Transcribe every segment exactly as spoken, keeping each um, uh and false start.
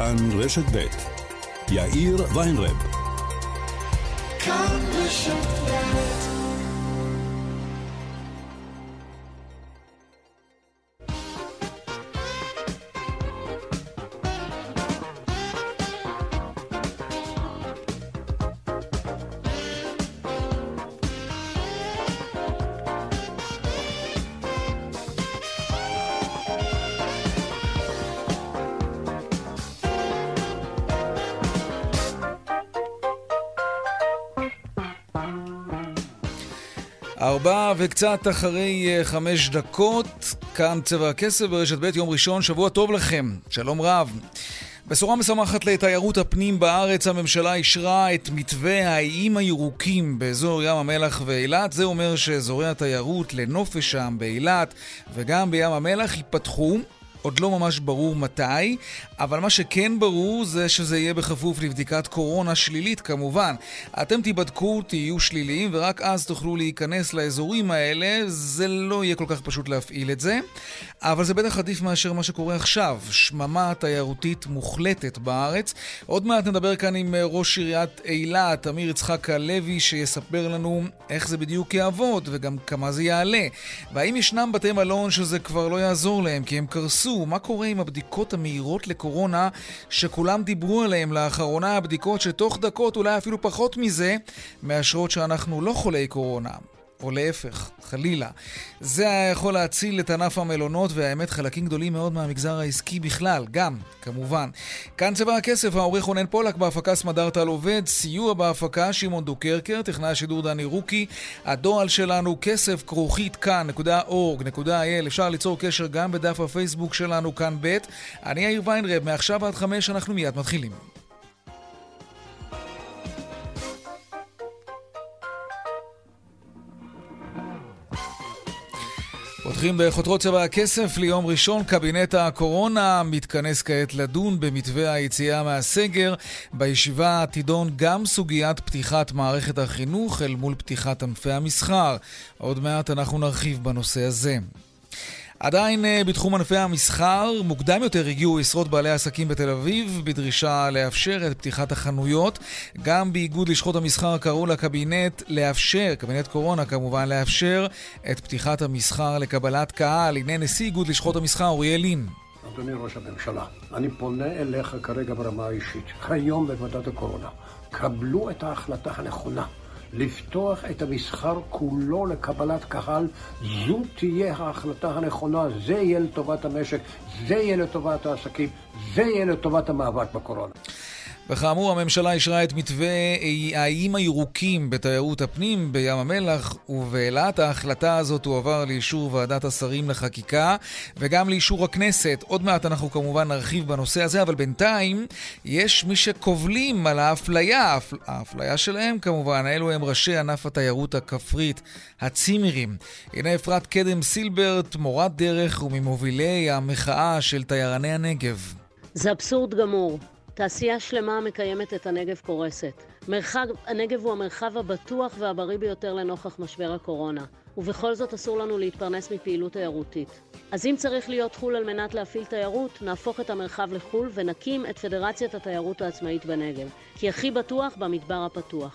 כאן רשת ב' יאיר ויינרב. כאן רשת ב'. ארבע וקצת אחרי חמש דקות, כאן צבע הכסף ברשת ב' יום ראשון, שבוע טוב לכם, שלום רב. בשורה משמחת לתיירות הפנים בארץ, הממשלה אישרה את מתווה האיים הירוקים באזור ים המלח ואילת. זה אומר שאזורי התיירות לנופש שם באילת וגם בים המלח ייפתחו. עוד לא ממש ברור מתי, אבל מה שכן ברור זה שזה יהיה בכפוף לבדיקת קורונה שלילית כמובן. אתם תיבדקו, תהיו שליליים, ורק אז תוכלו להיכנס לאזורים האלה. זה לא יהיה כל כך פשוט להפעיל את זה, אבל זה בטח עדיף מאשר מה שקורה עכשיו. שממה תיירותית מוחלטת בארץ. עוד מעט נדבר כאן עם ראש עיריית אילת, אמיר יצחק הלוי, שיספר לנו איך זה בדיוק יעבוד וגם כמה זה יעלה. והאם ישנם בתי מלון שזה כבר לא יעזור להם כי הם קרסו. מה קורה עם הבדיקות המהירות לקורונה שכולם דיברו עליהם לאחרונה, הבדיקות שתוך דקות, אולי אפילו פחות מזה, מאשרות שאנחנו לא חולי קורונה, או להפך, חלילה. זה היה יכול להציל את ענף המלונות, והאמת חלקים גדולים מאוד מהמגזר העסקי בכלל, גם, כמובן. כאן צבע הכסף, העורך רונן פולק, בהפקה סמדר טל עובד, סיוע בהפקה שמעון דוקרקר, טכנאי השידור דני רוקי. הדואל שלנו כסף כרוכית כאן נקודה אורג נקודה איי אל. אפשר ליצור קשר גם בדף הפייסבוק שלנו כאן ב'. אני יאיר ויינרב, מעכשיו עד חמש אנחנו מיד מתחילים. פותחים בחותרות צבע הכסף ליום ראשון. קבינט הקורונה מתכנס כעת לדון במתווה היציאה מהסגר. בישיבה תידון גם סוגיית פתיחת מערכת החינוך אל מול פתיחת ענפי המסחר. עוד מעט אנחנו נרחיב בנושא הזה. עדיין בתחום ענפי המסחר, מוקדם יותר הגיעו עשרות בעלי עסקים בתל אביב בדרישה לאפשר את פתיחת החנויות. גם באיגוד לשכות המסחר קראו לקבינט לאפשר, קבינט קורונה כמובן, לאפשר את פתיחת המסחר לקבלת קהל. הנה נשיא איגוד לשכות המסחר אוריאל לין. אדוני ראש הממשלה, אני פונה אליך כרגע ברמה האישית. היום בוועדת הקורונה קבלו את ההחלטה הנכונה לפתוח את המסחר כולו לקבלת קהל. זו תהיה ההחלטה הנכונה, זה יהיה לטובת המשק, זה יהיה לטובת העסקים, זה יהיה לטובת המאבק בקורונה. וכאמור, הממשלה אישרה את מתווה האיים הירוקים בתיירות הפנים בים המלח ובאילת. ההחלטה הזאת הועבר לאישור ועדת השרים לחקיקה וגם לאישור הכנסת. עוד מעט אנחנו כמובן נרחיב בנושא הזה, אבל בינתיים יש מי שקובלים על האפליה. האפליה שלהם כמובן, אלו הם ראשי ענף התיירות הכפרית, הצימרים. הנה אפרת קדם סילברט, מורת דרך וממובילי המחאה של תיירני הנגב. זה אבסורד גמור. תעשייה שלמה מקיימת את הנגב קורסת. מרחב, הנגב הוא המרחב הבטוח והבריא ביותר לנוכח משבר הקורונה, ובכל זאת אסור לנו להתפרנס מפעילות תיירותית. אז אם צריך להיות חול על מנת להפעיל תיירות, נהפוך את המרחב לחול ונקים את פדרציית התיירות העצמאית בנגב, כי הכי בטוח במדבר הפתוח.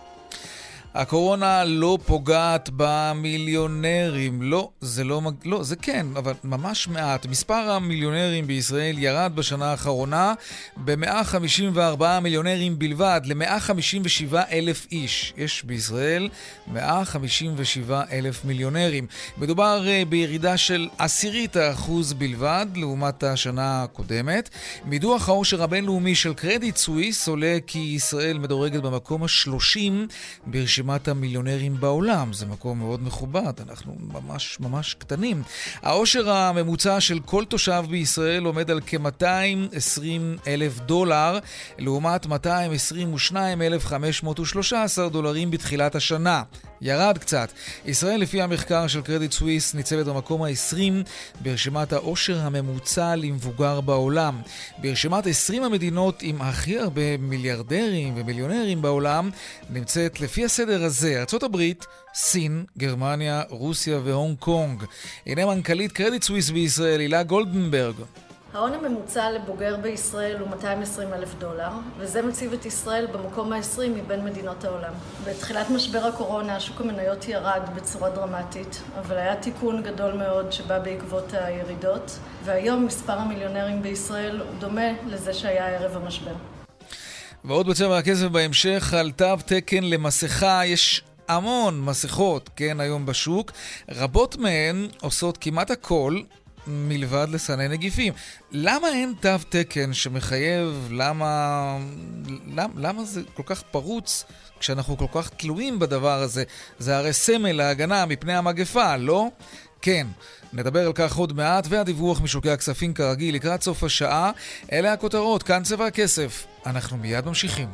הקורונה לא פוגעת במיליונרים. לא, זה לא, לא, זה כן, אבל ממש מעט. מספר המיליונרים בישראל ירד בשנה האחרונה ב-מאה חמישים וארבעה מיליונרים בלבד ל-מאה חמישים ושבעה אלף איש. יש בישראל מאה חמישים ושבעה אלף מיליונרים. מדובר בירידה של עשירית האחוז בלבד לעומת השנה הקודמת. מדוח העושר הבינלאומי של קרדיט סוויס עולה כי ישראל מדורגת במקום ה-שלושים ברשימת המיליונרים בעולם. זה מקום מאוד מכובד, אנחנו ממש ממש קטנים. העושר הממוצע של כל תושב בישראל עומד על כ-מאתיים ועשרים אלף דולר, לעומת מאתיים עשרים ושניים אלף חמש מאות ושלושה עשר דולרים בתחילת השנה. ירד קצת. ישראל לפי המחקר של קרדיט סוויס ניצבת במקום ה-עשרים ברשימת העושר הממוצע למבוגר בעולם. ברשימת עשרים המדינות עם הכי הרבה מיליארדרים ומיליונרים בעולם נמצאת לפי הסדר הזה: ארצות הברית, סין, גרמניה, רוסיה והונג קונג. הנה מנכ"לית קרדיט סוויס בישראל, הילה גולדנברג. ההון הממוצע לבוגר בישראל הוא מאתיים ועשרים אלף דולר, וזה מציב את ישראל במקום ה-עשרים מבין מדינות העולם. בתחילת משבר הקורונה, שוק המניות ירד בצורה דרמטית, אבל היה תיקון גדול מאוד שבא בעקבות הירידות, והיום מספר המיליונרים בישראל הוא דומה לזה שהיה ערב המשבר. ועוד בצבע הכסף בהמשך, על תו תקן למסכה, יש המון מסכות, כן, היום בשוק. רבות מהן עושות כמעט הכל מלבד לסנן נגיפים. למה אין תו תקן שמחייב? למה, למה, למה זה כל כך פרוץ כשאנחנו כל כך תלויים בדבר הזה? זה הרי סמל להגנה מפני המגפה, לא? כן. נדבר על כך עוד מעט, והדיווח משוקי הכספים כרגיל לקראת סוף השעה. אלה הכותרות, כאן צבע הכסף. אנחנו מיד ממשיכים.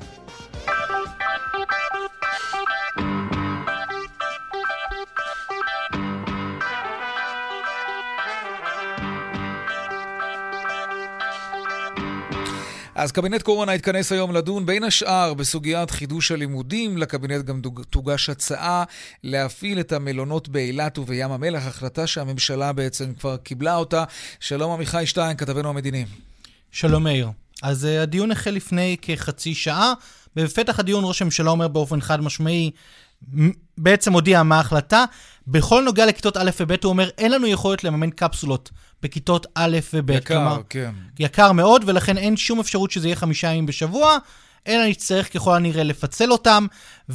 אז קבינט קורונה התכנס היום לדון בין השאר בסוגיית חידוש הלימודים. לקבינט גם תוגש הצעה להפעיל את המלונות באילת ובים המלח, החלטה שהממשלה בעצם כבר קיבלה אותה. שלום עמיחי שטיין, כתבנו המדיני. שלום מאיר. אז uh, הדיון החל לפני כחצי שעה. בפתח הדיון ראש הממשלה אומר באופן חד משמעי, בעצם הודיע מה ההחלטה. בכל נוגע לכיתות א' וב' הוא אומר, אין לנו יכולת לממן קפסולות בכיתות א' וב'. יקר, כלומר, כן. יקר מאוד, ולכן אין שום אפשרות שזה יהיה חמישה ימים בשבוע, אלא נצטרך ככל הנראה לפצל אותם,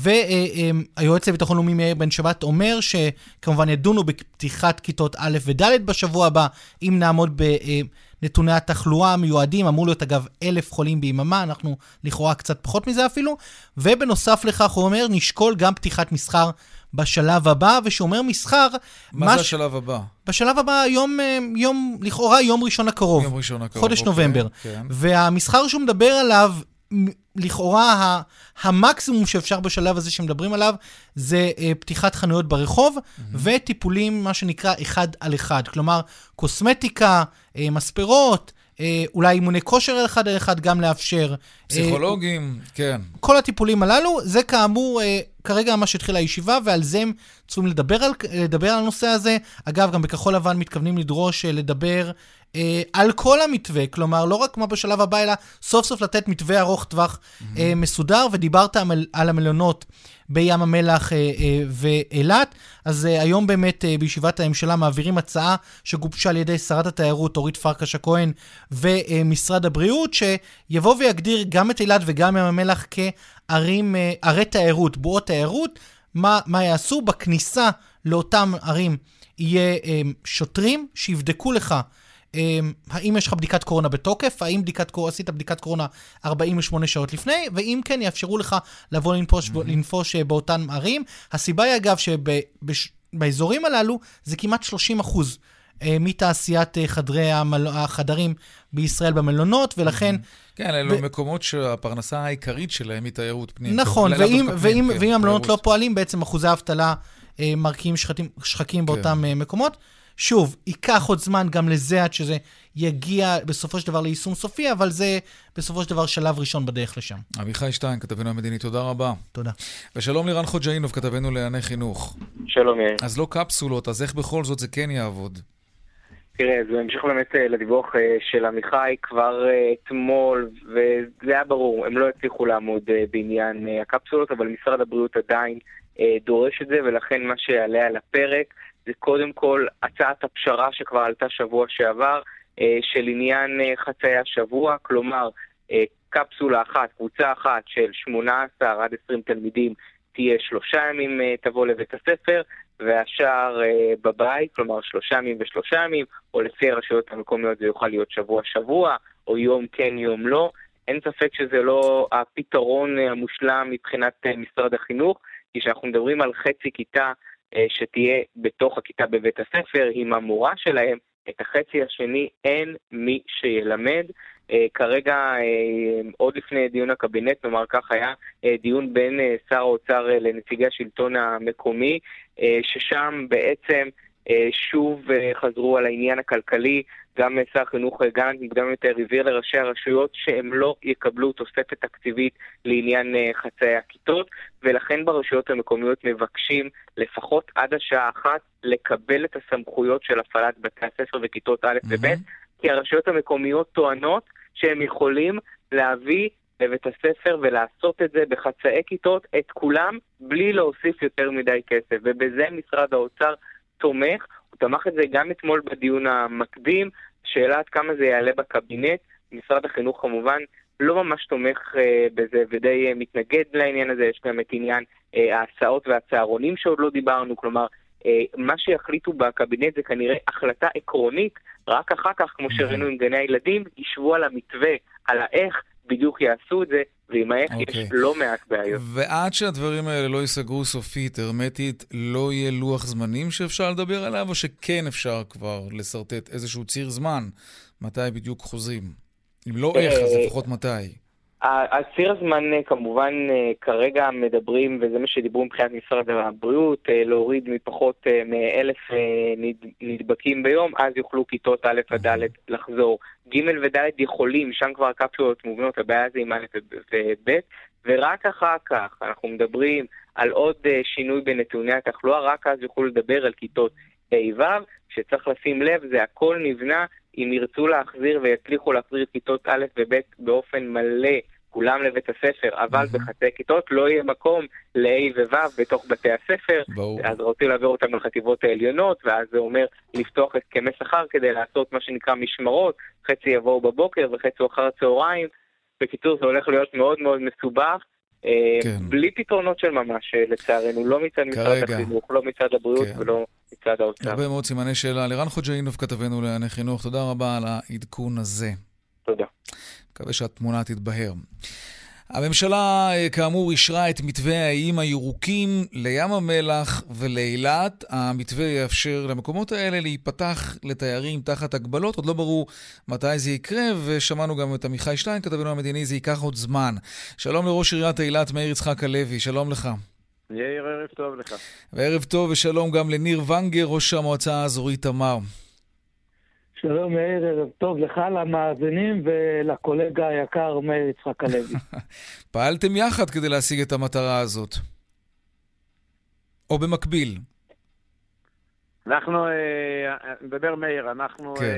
והיועץ לביטחון לאומי מאיר בן שבת אומר שכמובן ידונו בפתיחת כיתות א' וד' בשבוע הבא, אם נעמוד בנתוני התחלואה המיועדים, אמור להיות אגב אלף חולים ביממה, אנחנו לכאורה קצת פחות מזה אפילו, ובנוסף לכך הוא אומר, נשקול גם פתיחת מסחר בשלב הבא, ושאומר מסחר... מה זה השלב הבא? בשלב הבא, יום, יום, לכאורה יום ראשון הקרוב. יום ראשון הקרוב. חודש אוקיי, נובמבר. כן. והמסחר שהוא מדבר עליו, לכאורה המקסימום שאפשר בשלב הזה שמדברים עליו, זה פתיחת חנויות ברחוב, mm-hmm. וטיפולים, מה שנקרא, אחד על אחד. כלומר, קוסמטיקה, מספרות, אולי אימוני כושר אחד על אחד גם לאפשר. פסיכולוגים, כן. כל הטיפולים הללו, זה כאמור כרגע מה שהתחיל הישיבה, ועל זה הם צריכים לדבר על, לדבר על הנושא הזה. אגב, גם בכחול לבן מתכוונים לדרוש לדבר על כל המתווה, כלומר, לא רק מה בשלב הבא, אלא סוף סוף לתת מתווה ארוך טווח mm-hmm. מסודר, ודיברת על המלונות בים המלח ואילת, אז היום באמת בישיבת הממשלה מעבירים הצעה שגובשה על ידי שרת התיירות אורית פרקש הכהן ומשרד הבריאות, שיבוא ויגדיר גם את אילת וגם ים המלח כערים, ערי תיירות, בועות תיירות. מה, מה יעשו? בכניסה לאותם ערים יהיה שוטרים שיבדקו לך האם יש לך בדיקת קורונה בתוקף, האם בדיקת, עשית בדיקת קורונה ארבעים ושמונה שעות לפני, ואם כן יאפשרו לך לבוא לנפוש, mm-hmm. לנפוש באותן ערים. הסיבה היא אגב שבאזורים הללו זה כמעט שלושים אחוז מתעשיית חדרי המל... החדרים בישראל במלונות, ולכן... כן, אלו ב... מקומות שהפרנסה העיקרית שלהם היא תיירות פנים. נכון, ואם, ואם, ואם המלונות לא פועלים, בעצם אחוזי האבטלה מרקיעים שחקים, שחקים באותם כן. מקומות. שוב, ייקח עוד זמן גם לזה עד שזה יגיע בסופו של דבר ליישום סופי, אבל זה בסופו של דבר שלב ראשון בדרך לשם. עמיחי שטיין, כתבנו המדיני, תודה רבה. תודה. ושלום לירן חוג'אינוב, כתבנו לענייני חינוך. שלום. אז לא קפסולות, אז איך בכל זאת זה כן יעבוד? תראה, זה המשך באמת לדיווח של עמיחי כבר אתמול, וזה היה ברור, הם לא הצליחו לעמוד בעניין הקפסולות, אבל משרד הבריאות עדיין דורש את זה, ולכן מה שיעלה על הפרק זה קודם כל הצעת הפשרה שכבר עלתה שבוע שעבר, של עניין חצאי השבוע, כלומר קפסולה אחת, קבוצה אחת של שמונה עשרה עד עשרים תלמידים תהיה שלושה ימים תבוא לבית הספר, והשאר בבית, כלומר שלושה ימים ושלושה ימים, או לפי הרשויות המקומיות זה יוכל להיות שבוע שבוע, או יום כן יום לא. אין ספק שזה לא הפתרון המושלם מבחינת משרד החינוך, כי שאנחנו מדברים על חצי כיתה שתהיה בתוך הכיתה בבית הספר עם המורה שלהם, את החצי השני אין מי שילמד. Uh, כרגע, uh, עוד לפני דיון הקבינט, נאמר כך, היה uh, דיון בין uh, שר האוצר uh, לנציגי השלטון המקומי, uh, ששם בעצם uh, שוב uh, חזרו על העניין הכלכלי, גם שר החינוך גלנט מוקדם יותר הבהיר לראשי הרשויות שהם לא יקבלו תוספת תקציבית לעניין uh, חצאי הכיתות, ולכן ברשויות המקומיות מבקשים לפחות עד השעה אחת לקבל את הסמכויות של הפעלת בתי הספר וכיתות א' וב', כי הרשויות המקומיות טוענות שהם יכולים להביא לבית הספר ולעשות את זה בחצאי כיתות, את כולם, בלי להוסיף יותר מדי כסף. ובזה משרד האוצר תומך. הוא תמך את זה גם אתמול בדיון המקדים, שאלה עד כמה זה יעלה בקבינט. משרד החינוך כמובן לא ממש תומך uh, בזה ודי uh, מתנגד לעניין הזה. יש גם את עניין uh, ההסעות והצהרונים שעוד לא דיברנו, כלומר, uh, מה שיחליטו בקבינט זה כנראה החלטה עקרונית, רק אחר כך, כמו שראינו עם גני הילדים, ישבו על המתווה, על האיך בדיוק יעשו את זה, ועם האיך okay. יש לא מעט בעיות. ועד שהדברים האלה לא ייסגרו סופית, הרמטית, לא יהיה לוח זמנים שאפשר לדבר עליו, או שכן אפשר כבר לסרטט איזשהו ציר זמן, מתי בדיוק חוזרים? אם לא איך, אז לפחות מתי? הציר הזמן כמובן כרגע מדברים, וזה מה שדיברו מבחינת משרד הבריאות, להוריד מפחות מאלף נדבקים ביום, אז יוכלו כיתות א' עד ד' לחזור. ג' וד' יכולים, שם כבר הקפסולות מובנות, הבעיה זה עם א' וב', ורק אחר כך אנחנו מדברים על עוד שינוי בנתוני התחלואה, רק אז יוכלו לדבר על כיתות ה' ו', שצריך לשים לב, זה הכל נבנה, אם ירצו להחזיר ויצליחו להחזיר כיתות א' וב' באופן מלא, כולם לבית הספר, אבל mm-hmm. בחצי כיתות לא יהיה מקום ל-A ו-W בתוך בתי הספר, ברור. אז רוצים להעביר אותם לחטיבות העליונות, ואז זה אומר לפתוח את הסכמי שכר כדי לעשות מה שנקרא משמרות, חצי יבואו בבוקר וחצי אחר הצהריים. בקיצור, זה הולך להיות מאוד מאוד מסובך, כן. בלי פתרונות של ממש, לצערנו, לא מצד משרד החינוך, לא מצד הבריאות כן. ולא מצד האוצר. הרבה מאוד סימני שאלה. לירן חוג'אינוב כתבנו לענייני חינוך, תודה רבה על העדכון הזה. תודה. מקווה שהתמונה תתבהר. הממשלה כאמור אישרה את מתווה האיים הירוקים לים המלח ולאילת. המתווה יאפשר למקומות האלה להיפתח לתיירים תחת הגבלות. עוד לא ברור מתי זה יקרה, ושמענו גם את עמיחי שטיין, כתבנו המדיני, זה ייקח עוד זמן. שלום לראש עיריית אילת, מאיר יצחק הלוי, שלום לך. יאיר, ערב טוב לך. וערב טוב ושלום גם לניר ונגר, ראש המועצה האזורית תמר. שלום מאיר, ערב טוב לך, למאזינים ולקולגה היקר מאיר יצחק הלוי. פעלתם יחד כדי להשיג את המטרה הזאת? או במקביל? אנחנו, נדבר מאיר, אנחנו כן.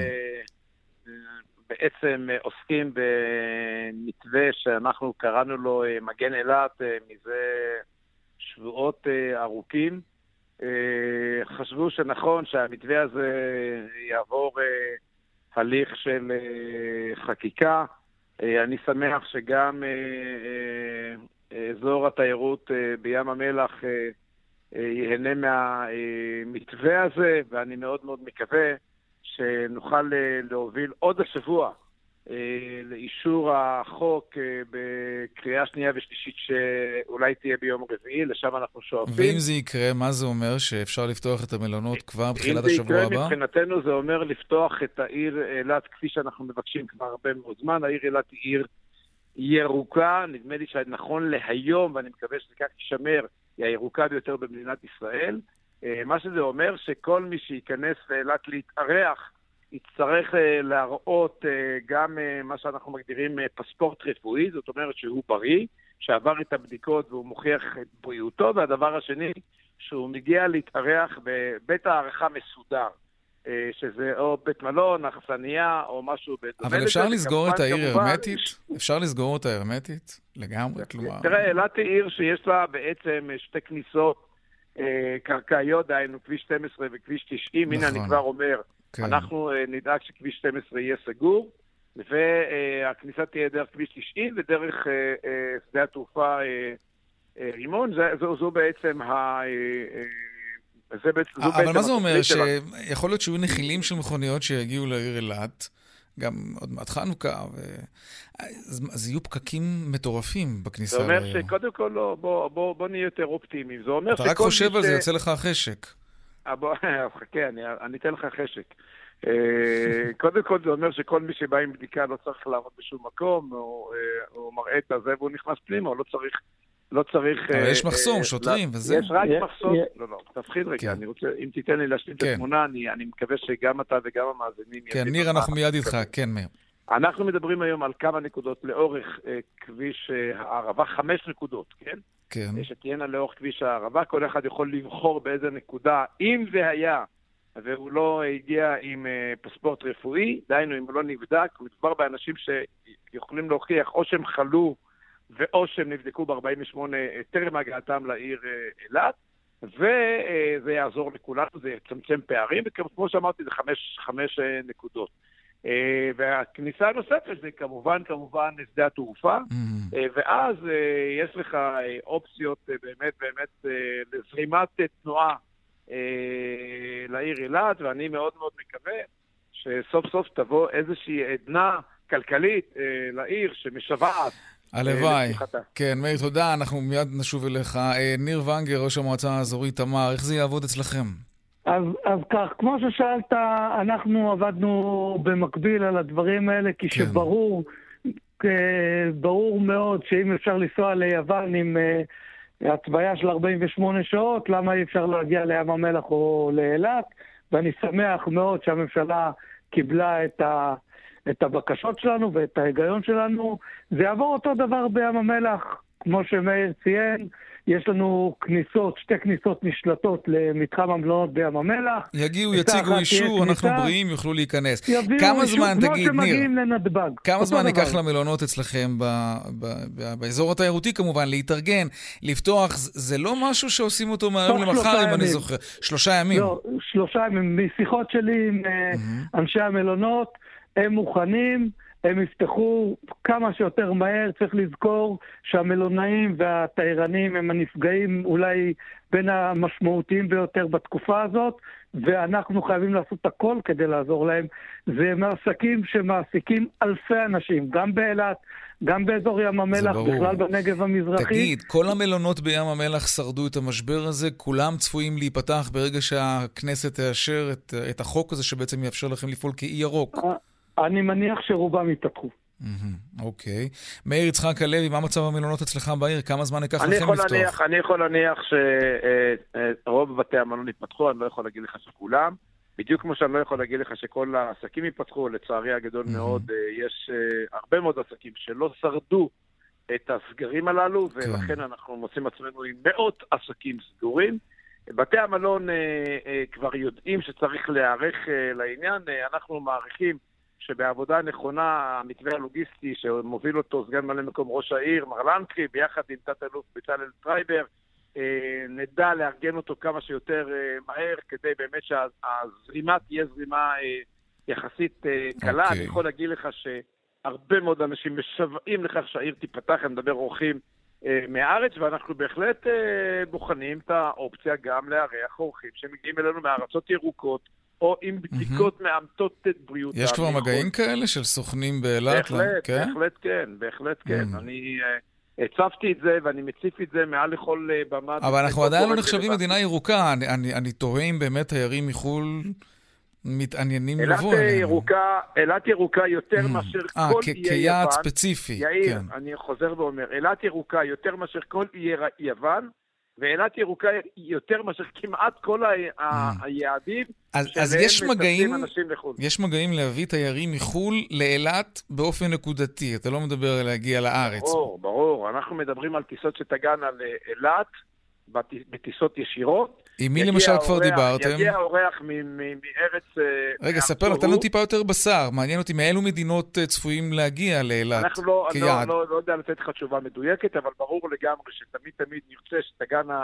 בעצם עוסקים במתווה שאנחנו קראנו לו מגן אילת מזה שבועות ארוכים. חשבו שנכון שהמתווה הזה יעבור הליך של חקיקה. אני שמח שגם אזור התיירות בים המלח ייהנה מהמתווה הזה, ואני מאוד מאוד מקווה שנוכל להוביל עוד השבוע לאישור החוק בקריאה שנייה ושלישית שאולי תהיה ביום רביעי, לשם אנחנו שואפים. ואם זה יקרה, מה זה אומר? שאפשר לפתוח את המלונות כבר בתחילת השבוע הבא? אם זה יקרה, מבחינתנו זה אומר לפתוח את העיר אילת כפי שאנחנו מבקשים כבר הרבה מאוד זמן. העיר אילת היא עיר ירוקה, נדמה לי שנכון להיום, ואני מקווה שזה כך יישמר, היא הירוקה ביותר במדינת ישראל. מה שזה אומר שכל מי שייכנס לאילת להתארח, יצטרך להראות גם מה שאנחנו מגדירים פספורט רפואי, זאת אומרת שהוא בריא, שעבר את הבדיקות והוא מוכיח את בריאותו, והדבר השני, שהוא מגיע להתארח בבית הערכה מסודר, שזה או בית מלון, אכסניה, או משהו בית... אבל אפשר לסגור את העיר הרמטית? אפשר לסגור אותה הרמטית? לגמרי, כלומר... תראה, אילת היא עיר שיש לה בעצם שתי כניסות קרקעיות, דהיינו כביש שתים עשרה וכביש תשעים, הנה אני כבר אומר, כן. אנחנו uh, נדאג שכביש שתים עשרה יהיה סגור, והכניסה תהיה דרך כביש תשעים ודרך uh, uh, שדה התעופה uh, uh, רימון. זו, זו, זו בעצם ה... Uh, זה בעצם, זו אבל בעצם מה זה אומר? שיכול להיות שיהיו נחילים של מכוניות שיגיעו לעיר אילת, גם עוד מעט חנוכה, ו... אז יהיו פקקים מטורפים בכניסה. זה אומר לעיר. שקודם כל לא, בוא, בוא, בוא נהיה יותר אופטימיים. זה אומר אתה רק חושב על זה, יוצא לך חשק. חכה, אני אתן לך חשק. קודם כל זה אומר שכל מי שבא עם בדיקה לא צריך לעמוד בשום מקום, או מראה את הזה והוא נכנס פנימה, או לא צריך... לא צריך... אבל יש מחסום, שוטרים וזה. יש רק מחסום. לא, לא, תפחיד רגע, אני רוצה, אם תיתן לי להשלים את התמונה, אני מקווה שגם אתה וגם המאזינים... כן, ניר, אנחנו מיד איתך, כן, מאיר. אנחנו מדברים היום על כמה נקודות לאורך כביש הערבה, חמש נקודות, כן? כן. שתהיינה לאורך כביש הערבה, כל אחד יכול לבחור באיזה נקודה, אם זה היה והוא לא הגיע עם פספורט רפואי, דהיינו אם הוא לא נבדק, הוא מדובר באנשים שיכולים להוכיח או שהם חלו ואו שהם נבדקו ב-ארבעים ושמונה טרם הגעתם לעיר אילת, וזה יעזור לכולנו, זה יצמצם פערים, וכמו שאמרתי זה חמש, חמש נקודות. והכניסה הנוספת זה כמובן, כמובן שדה התעופה, ואז יש לך אופציות באמת, באמת לזרימת תנועה לעיר אילת, ואני מאוד מאוד מקווה שסוף סוף תבוא איזושהי עדנה כלכלית לעיר שמשוועת. הלוואי. כן, מאיר, תודה, אנחנו מיד נשוב אליך. ניר ונגר, ראש המועצה האזורית תמר, איך זה יעבוד אצלכם? אז, אז כך, כמו ששאלת, אנחנו עבדנו במקביל על הדברים האלה, כי כן. שברור, ברור מאוד שאם אפשר לנסוע ליוון עם התוויה של ארבעים ושמונה שעות, למה אי אפשר להגיע לים המלח או לאילת, ואני שמח מאוד שהממשלה קיבלה את ה... את הבקשות שלנו ואת ההיגיון שלנו. זה יעבור אותו דבר בים המלח, כמו שמאיר ציין, יש לנו כניסות, שתי כניסות נשלטות למתחם המלונות בים המלח. יגיעו, יציגו אישור, אנחנו בריאים, יוכלו להיכנס. כמה זמן, תגיד, ניר, לנתב"ג. כמה זמן ניקח למלונות אצלכם, באזור התיירותי כמובן, להתארגן, לפתוח, זה לא משהו שעושים אותו מהיום למחר, אם אני זוכר. שלושה ימים. לא, שלושה ימים. משיחות שלי עם אנשי המלונות, הם מוכנים, הם יפתחו כמה שיותר מהר. צריך לזכור שהמלונאים והתיירנים הם הנפגעים אולי בין המשמעותיים ביותר בתקופה הזאת, ואנחנו חייבים לעשות הכל כדי לעזור להם. זה מעסקים שמעסיקים אלפי אנשים, גם באילת, גם באזור ים המלח, בכלל בנגב המזרחי. תגיד, כל המלונות בים המלח שרדו את המשבר הזה, כולם צפויים להיפתח ברגע שהכנסת תאשר את, את החוק הזה שבעצם יאפשר לכם לפעול כאי ירוק? אני מניח שרובם יתפתחו. אוקיי. מאיר יצחק הלוי, מה מצב המלונות אצלך בעיר? כמה זמן ייקח לכם לפתוח? אני יכול להניח שרוב בתי המלון יתפתחו, אני לא יכול להגיד לך שכולם. בדיוק כמו שאני לא יכול להגיד לך שכל העסקים יפתחו, לצערי הגדול מאוד, יש הרבה מאוד עסקים שלא שרדו את הסגרים הללו, ולכן אנחנו מוצאים עצמנו עם מאות עסקים סגורים. בתי המלון כבר יודעים שצריך להיערך לעניין, אנחנו מעריכים שבעבודה נכונה, המתווה הלוגיסטי שמוביל אותו סגן ממלא מקום ראש העיר, מר לנקרי, ביחד עם תת-אלוף בצלאל טרייבר, נדע לארגן אותו כמה שיותר מהר, כדי באמת שהזרימה תהיה זרימה יחסית קלה. Okay. אני יכול להגיד לך שהרבה מאוד אנשים משוועים לכך שהעיר תיפתח, אני מדבר אורחים מהארץ, ואנחנו בהחלט בוחנים את האופציה גם לארח אורחים שמגיעים אלינו מארצות ירוקות, או עם בדיקות מאמתות את בריאות. יש כבר מגעים כאלה של סוכנים באילת? בהחלט, בהחלט כן, בהחלט כן. אני הצפתי את זה ואני מציף את זה מעל לכל במה. אבל אנחנו עדיין לא נחשבים מדינה ירוקה. אני תוהה אם באמת תיירים מחול מתעניינים לבוא אלינו. אילת ירוקה יותר מאשר כל איי יוון. כיעד ספציפי. יאיר, אני חוזר ואומר, אילת ירוקה יותר מאשר כל איי יוון, ואילת ירוקה יותר מאשר כמעט כל היעדים שלהם מטסים אנשים לחו"ל. יש מגעים להביא תיירים מחו"ל לאילת באופן נקודתי, אתה לא מדבר על להגיע לארץ. ברור, ברור. אנחנו מדברים על טיסות שתגענה לאילת, בטיסות ישירות. עם מי למשל כבר דיברתם? יגיע אורח מארץ... רגע, ספר, נתן לנו טיפה יותר בשר. מעניין אותי, מאילו מדינות צפויים להגיע לאילת כיעד? אנחנו לא יודע לתת לך תשובה מדויקת, אבל ברור לגמרי שתמיד תמיד נרצה שתגענה,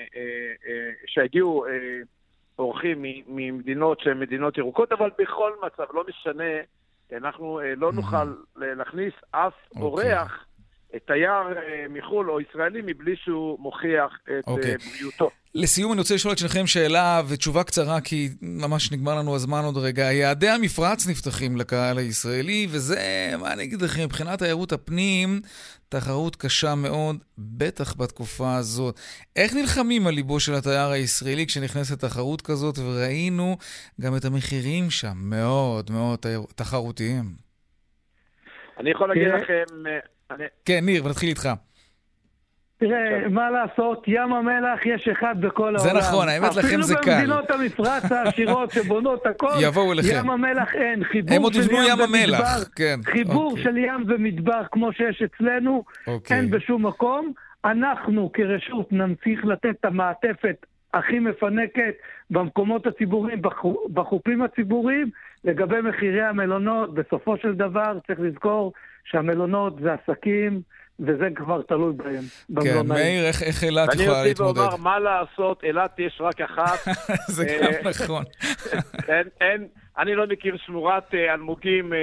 שהגיעו אורחים ממדינות שהן מדינות ירוקות, אבל בכל מצב, לא משנה, אנחנו לא נוכל להכניס אף אורח, תייר מחול או ישראלי מבלי שהוא מוכיח את בריאותו. לסיום אני רוצה לשאול את שלכם שאלה ותשובה קצרה, כי ממש נגמר לנו הזמן עוד רגע. יעדי המפרץ נפתחים לקהל הישראלי, וזה, מה אני אגיד לכם, מבחינת תיירות הפנים, תחרות קשה מאוד, בטח בתקופה הזאת. איך נלחמים על ליבו של התייר הישראלי כשנכנסת תחרות כזאת, וראינו גם את המחירים שם מאוד מאוד תחרותיים. אני יכול להגיד לכם... כן, ניר, ונתחיל איתך. תראה, מה לעשות, ים המלח יש אחד בכל העולם. זה נכון, האמת לכם זה קל. אפילו במדינות המפרץ העשירות שבונות הכל, יבואו אליכם. ים המלח אין. הם עוד יבנו ים המלח, כן. חיבור של ים ומדבר כמו שיש אצלנו, אין בשום מקום. אנחנו כרשות נמשיך לתת את המעטפת הכי מפנקת במקומות הציבוריים, בחופים הציבוריים. לגבי מחירי המלונות, בסופו של דבר צריך לזכור שהמלונות זה עסקים, וזה כבר תלוי בהם. כן, מאיר, איך, איך אילת יכולה להתמודד? ואני רוצה לומר, מה לעשות, אילת יש רק אחת. זה גם נכון. אין, אין, אני לא מכיר שמורת אלמוגים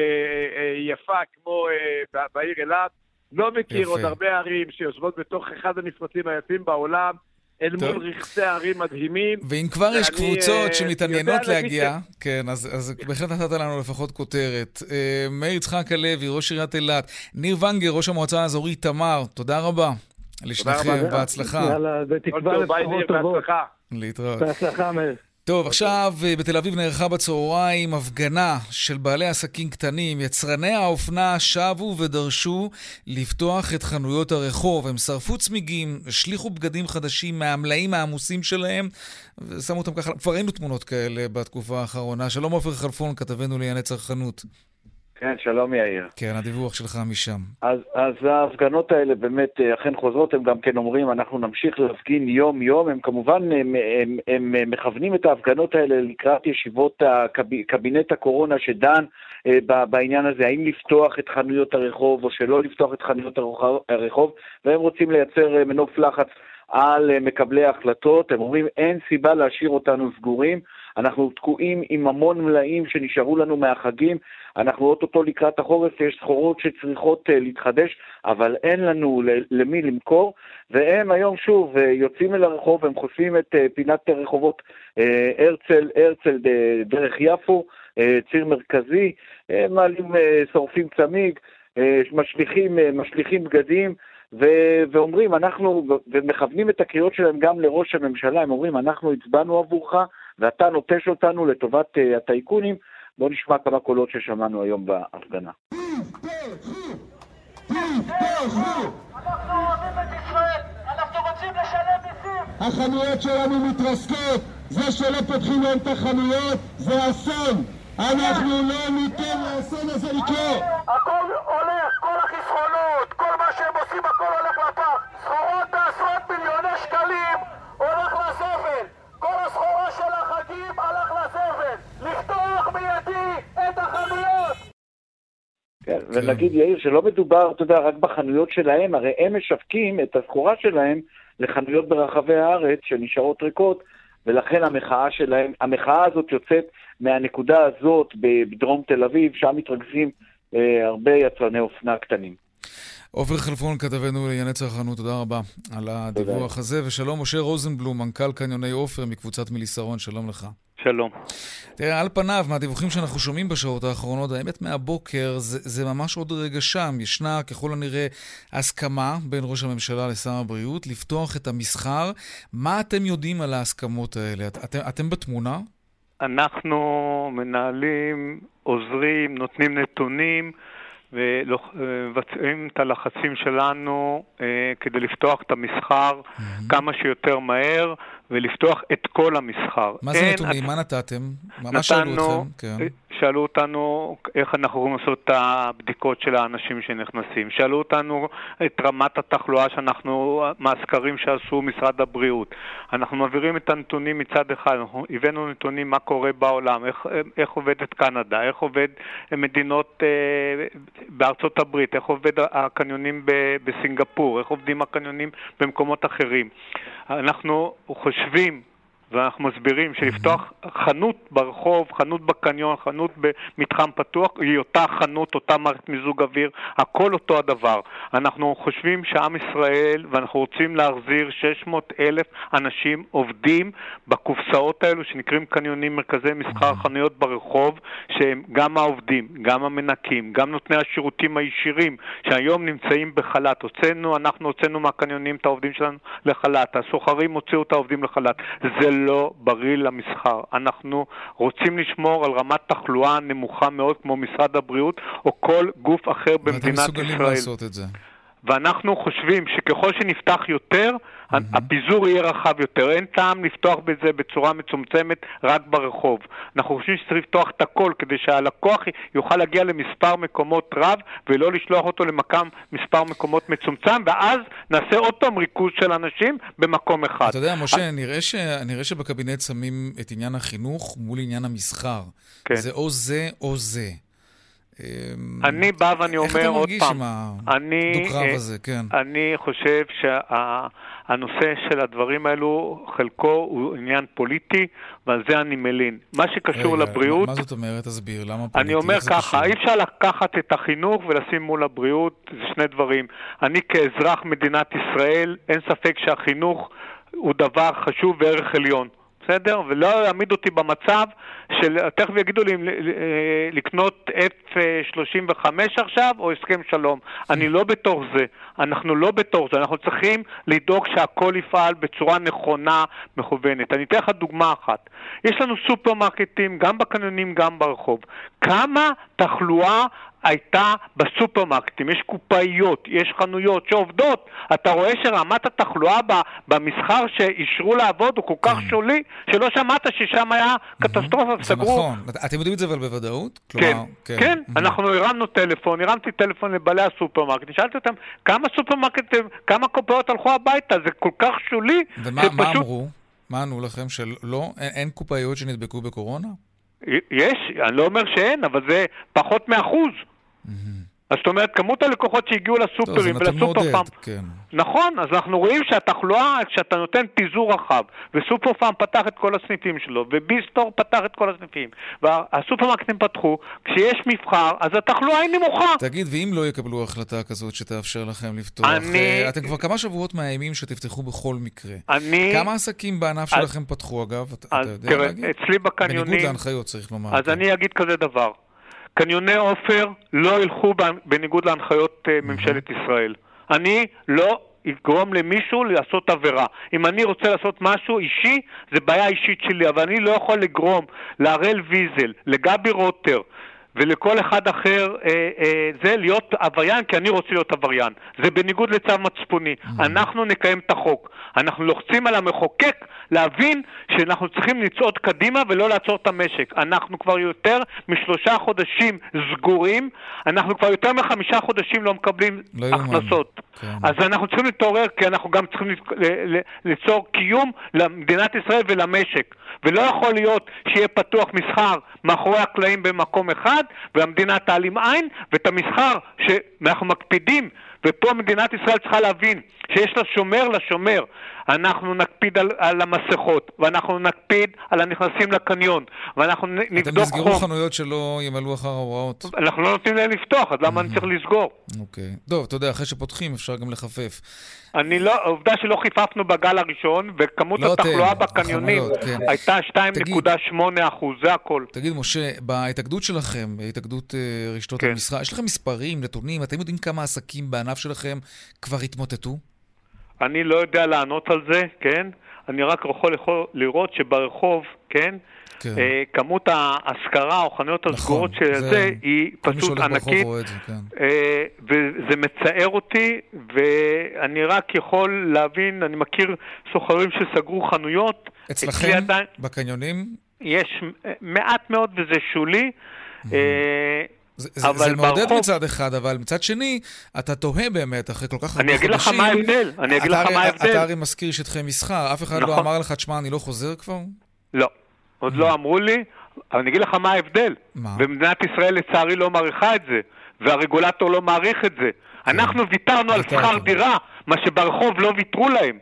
יפה כמו בעיר אילת, לא מכיר עוד הרבה ערים שיושבות בתוך אחד המפרצים היפים בעולם, אל מול רכסי הערים מדהימים. ואם כבר יש קבוצות שמתעניינות להגיע, כן, אז בהחלט נתת לנו לפחות כותרת. מאיר יצחק הלוי, ראש עיריית אילת, ניר ונגר, ראש המועצה האזורית תמר, תודה רבה. לשניכם, בהצלחה. יאללה, בתקווה לפחות טובות. להתראות. בהצלחה, מאיר. טוב, עכשיו בתל אביב נערכה בצהריים הפגנה של בעלי עסקים קטנים. יצרני האופנה שבו ודרשו לפתוח את חנויות הרחוב. הם שרפו צמיגים, השליחו בגדים חדשים מהמלאים העמוסים שלהם, ושמו אותם ככה. כבר ראינו תמונות כאלה בתקופה האחרונה. שלום עופר חלפון, כתבנו לענייני צרכנות. כן, שלום יאיר. כן, הדיווח שלך משם. אז, אז ההפגנות האלה באמת אכן חוזרות, הם גם כן אומרים, אנחנו נמשיך להפגין יום יום, הם כמובן, הם, הם, הם, הם מכוונים את ההפגנות האלה לקראת ישיבות הקב, קבינט הקורונה שדן אה, בעניין הזה, האם לפתוח את חנויות הרחוב או שלא לפתוח את חנויות הרחוב, והם רוצים לייצר מנוף לחץ על מקבלי ההחלטות. הם אומרים, אין סיבה להשאיר אותנו סגורים, אנחנו תקועים עם המון מלאים שנשארו לנו מהחגים, אנחנו אוטוטו לקראת החורף, יש סחורות שצריכות uh, להתחדש, אבל אין לנו למי למכור, והם היום שוב uh, יוצאים אל הרחוב, הם חושפים את uh, פינת רחובות uh, הרצל, הרצל uh, דרך יפו, uh, ציר מרכזי, uh, מעלים, uh, שורפים צמיג, uh, משליחים, uh, משליחים בגדים, ו- ואומרים, אנחנו, ומכוונים את הקריאות שלהם גם לראש הממשלה, הם אומרים, אנחנו הצבענו עבורך, ואתה נוטש אותנו לטובת uh, הטייקונים. בואו נשמע כמה קולות ששמענו היום בהפגנה. אנחנו אוהבים את ישראל, אנחנו רוצים לשלם מיסים. החנויות שלנו מתרסקות, זה שלא פותחים להם את החנויות זה אסון. אנחנו לא ניתן לאסון הזה לקרות. הכל הולך, כל החסכונות, כל מה שהם עושים, הכל הולך לפח. סחורות בעשרות מיליוני שקלים הולך לזבל. כל הסחורה של החגים הלך לזבל. לפתוח מיידי את החנויות. כן, ונגיד יאיר שלא מדובר, אתה יודע, רק בחנויות שלהם, הרי הם משווקים את הסחורה שלהם לחנויות ברחבי הארץ שנשארות ריקות, ולכן המחאה שלהם, המחאה הזאת יוצאת מהנקודה הזאת בדרום תל אביב, שם מתרכזים אה, הרבה יצרני אופנה קטנים. עופר חלפון, כתבנו לענייני צרכנות, תודה רבה על הדיווח תודה. הזה, ושלום משה רוזנבלום, מנכ"ל קניוני עופר מקבוצת מיליסרון, שלום לך. שלום. תראה, על פניו, מהדיווחים שאנחנו שומעים בשעות האחרונות, האמת מהבוקר, זה, זה ממש עוד רגע שם. ישנה, ככל הנראה, הסכמה בין ראש הממשלה לשר הבריאות, לפתוח את המסחר. מה אתם יודעים על ההסכמות האלה? את, אתם, אתם בתמונה? אנחנו מנהלים, עוזרים, נותנים נתונים, ומבצעים את הלחצים שלנו אה, כדי לפתוח את המסחר mm-hmm. כמה שיותר מהר, ולפתוח את כל המסחר. מה זה נתונים? מה נתתם? מה שאלו אתכם? כן. שאלו אותנו איך אנחנו יכולים לעשות את הבדיקות של האנשים שנכנסים. שאלו אותנו את רמת התחלואה שאנחנו, מהסקרים שעשו משרד הבריאות. אנחנו מעבירים את הנתונים מצד אחד, אנחנו הבאנו נתונים מה קורה בעולם, איך, איך עובדת קנדה, איך עובד מדינות אה, בארצות הברית, איך עובד הקניונים בסינגפור, איך עובדים הקניונים במקומות אחרים. אנחנו חושבים ואנחנו מסבירים שלפתוח חנות ברחוב, חנות בקניון, חנות במתחם פתוח, היא אותה חנות, אותה מערכת מיזוג אוויר, הכל אותו הדבר. אנחנו חושבים שעם ישראל, ואנחנו רוצים להחזיר שש מאות אלף אנשים עובדים בקופסאות האלו שנקראים קניונים, מרכזי מסחר, חנויות ברחוב, שהם גם העובדים, גם המנקים, גם נותני השירותים הישירים, שהיום נמצאים בחל"ת. הוצאנו, אנחנו הוצאנו מהקניונים את העובדים שלנו לחל"ת, הסוחרים הוציאו את העובדים לחל"ת. זה לא בריא למסחר. אנחנו רוצים לשמור על רמת תחלואה נמוכה מאוד כמו משרד הבריאות או כל גוף אחר במדינת ישראל. ואתם מסוגלים לעשות את זה. ואנחנו חושבים שככל שנפתח יותר, הפיזור יהיה רחב יותר, אין טעם לפתוח בזה בצורה מצומצמת רק ברחוב. אנחנו חושבים שצריך לפתוח את הכל כדי שהלקוח יוכל להגיע למספר מקומות רב ולא לשלוח אותו למקם מספר מקומות מצומצם, ואז נעשה עוד פעם ריכוז של אנשים במקום אחד. אתה יודע, משה, נראה, ש... נראה שבקבינט שמים את עניין החינוך מול עניין המסחר. כן. זה או זה או זה. אני בא ואני אומר עוד פעם, אני, הזה, כן. אני חושב שהנושא של הדברים האלו, חלקו הוא עניין פוליטי, ועל זה אני מלין. מה שקשור רגע, לבריאות... מה זאת אומרת? תסביר, למה פוליטי? אני אומר ככה, אי אפשר לקחת את החינוך ולשים מול הבריאות, זה שני דברים. אני כאזרח מדינת ישראל, אין ספק שהחינוך הוא דבר חשוב וערך עליון. בסדר? ולא יעמיד אותי במצב של, תכף יגידו לי לקנות אף שלושים וחמש עכשיו או הסכם שלום. אני לא בתוך זה. אנחנו לא בתוך זה. אנחנו צריכים לדאוג שהכל יפעל בצורה נכונה, מכוונת. אני אתן לך דוגמה אחת. יש לנו סופרמרקטים, גם בקניונים, גם ברחוב. כמה תחלואה הייתה בסופרמרקטים, יש קופאיות, יש חנויות שעובדות. אתה רואה שרמת התחלואה במסחר שאישרו לעבוד הוא כל כך שולי, שלא שמעת ששם היה קטסטרופה. זה נכון. אתם יודעים את זה אבל בוודאות? כן, כן. אנחנו הרמנו טלפון, הרמתי טלפון לבעלי הסופרמרקט, שאלתי אותם, כמה סופרמרקטים, כמה קופאיות הלכו הביתה? זה כל כך שולי. ומה אמרו? מה ענו לכם? שלא, אין קופאיות שנדבקו בקורונה? יש, אני לא אומר שאין, אבל זה פחות מאחוז. אז זאת אומרת, כמות הלקוחות שהגיעו לסופרים ולסופרפארם, נכון, אז אנחנו רואים שהתחלואה, כשאתה נותן פיזור רחב, וסופרפארם פתח את כל הסניפים שלו, וביסטור פתח את כל הסניפים, והסופרמרקטים פתחו, כשיש מבחר, אז התחלואה היא נמוכה. תגיד, ואם לא יקבלו החלטה כזאת שתאפשר לכם לפתוח, אתם כבר כמה שבועות מהימים שתפתחו בכל מקרה. כמה עסקים בענף שלכם פתחו, אגב? אתה יודע להגיד? אצלי בקניונים, בניגוד להנחיות צריך לומר. אז אני אגיד כזה דבר. קניוני אופר לא ילכו בניגוד להנחיות ממשלת ישראל. אני לא אגרום למישהו לעשות עבירה. אם אני רוצה לעשות משהו אישי, זה בעיה אישית שלי, אבל אני לא יכול לגרום להראל ויזל, לגבי רוטר, ולכל אחד אחר אה, אה, זה להיות עבריין, כי אני רוצה להיות עבריין. זה בניגוד לצו מצפוני. Mm-hmm. אנחנו נקיים את החוק. אנחנו לוחצים על המחוקק להבין שאנחנו צריכים לצעוד קדימה ולא לעצור את המשק. אנחנו כבר יותר משלושה חודשים סגורים, אנחנו כבר יותר מחמישה חודשים לא מקבלים לא הכנסות. כן. אז אנחנו צריכים להתעורר, כי אנחנו גם צריכים ליצור קיום למדינת ישראל ולמשק. ולא יכול להיות שיהיה פתוח מסחר מאחורי הקלעים במקום אחד, והמדינה תעלים עין, ואת המסחר שאנחנו מקפידים, ופה מדינת ישראל צריכה להבין שיש לה שומר לשומר. אנחנו נקפיד על, על המסכות, ואנחנו נקפיד על הנכנסים לקניון, ואנחנו נבדוק חום. אתם תסגרו חנויות שלא ימלאו אחר ההוראות? אנחנו לא נותנים להם לפתוח, אז למה אני צריך לסגור? אוקיי. טוב, אתה יודע, אחרי שפותחים אפשר גם לחפף. אני לא, העובדה שלא חיפפנו בגל הראשון, וכמות התחלואה בקניונים הייתה שתיים נקודה שמונה אחוז, זה הכל. תגיד, משה, בהתאגדות שלכם, בהתאגדות רשתות המסחר, יש לכם מספרים, נתונים, אתם יודעים כמה עסקים בענף שלכם כבר התמוטטו? אני לא יודע לענות על זה, כן? אני רק יכול לראות שברחוב, כן? כן. אה, כמות ההשכרה או חנויות נכון, הסגורות של זה, זה היא פשוט ענקית. זה, כן. אה, וזה מצער אותי, ואני רק יכול להבין, אני מכיר סוחרים שסגרו חנויות. אצלכם, עדיין, בקניונים? יש מעט מאוד וזה שולי. Mm-hmm. אה, זה, זה מעודד ברחוב... מצד אחד, אבל מצד שני, אתה תוהה באמת, אחרי כל כך הרבה חודשים... אני אגיד לך מה ההבדל, אני אגיד לך מה ההבדל. אתה הרי מזכיר שטחי מסחר, אף אחד נכון. לא אמר לך, תשמע, אני לא חוזר כבר? לא, עוד לא אמרו לי, אבל אני אגיד לך מה ההבדל. מה? ומדינת ישראל לצערי לא מעריכה את זה, והרגולטור לא מעריך את זה. כן. אנחנו ויתרנו על שכר דירה, מה שברחוב לא ויתרו להם.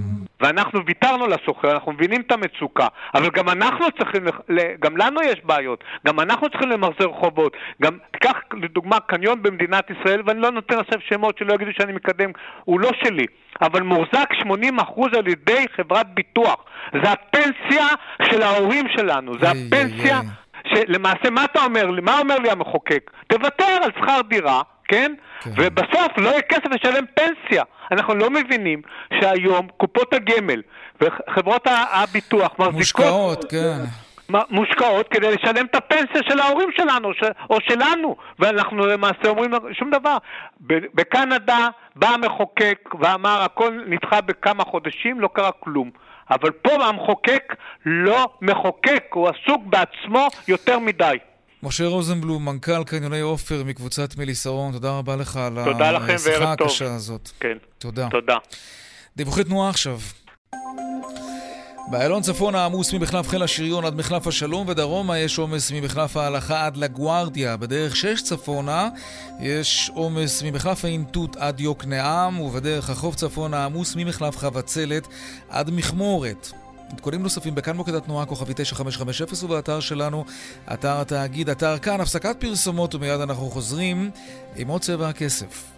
ואנחנו ויתרנו לסוחר, אנחנו מבינים את המצוקה, אבל גם אנחנו צריכים, גם לנו יש בעיות, גם אנחנו צריכים למחזר חובות, גם תיקח לדוגמה קניון במדינת ישראל, ואני לא נותן עכשיו שמות שלא יגידו שאני מקדם, הוא לא שלי, אבל מוחזק שמונים אחוז על ידי חברת ביטוח, זה הפנסיה של ההורים שלנו, זה הפנסיה שלמעשה, מה אתה אומר לי, מה אומר לי המחוקק? תוותר על שכר דירה, כן? כן. ובסוף לא יהיה כסף לשלם פנסיה. אנחנו לא מבינים שהיום קופות הגמל וחברות הביטוח מושקעות, כן. מושקעות כדי לשלם את הפנסיה של ההורים שלנו או שלנו, ואנחנו למעשה אומרים שום דבר. בקנדה בא המחוקק ואמר הכל נדחה בכמה חודשים, לא קרה כלום. אבל פה המחוקק לא מחוקק, הוא עסוק בעצמו יותר מדי. משה רוזנבלום, מנכ"ל קניוני עופר מקבוצת מיליסרון, תודה רבה לך על השיחה הקשה הזאת. כן. תודה. תודה. דיווחי תנועה עכשיו. באיילון צפון העמוס ממחלף חיל השריון עד מחלף השלום, ודרומה יש עומס ממחלף ההלכה עד לגוארדיה. בדרך שש צפונה יש עומס ממחלף האינטוט עד יוקנעם, ובדרך החוף צפון העמוס ממחלף חבצלת עד מכמורת. עדכונים נוספים בכאן מוקד התנועה כוכבי תשע חמש חמש אפס ובאתר שלנו, אתר התאגיד, אתר כאן. הפסקת פרסומות ומיד אנחנו חוזרים עם עוד צבע הכסף.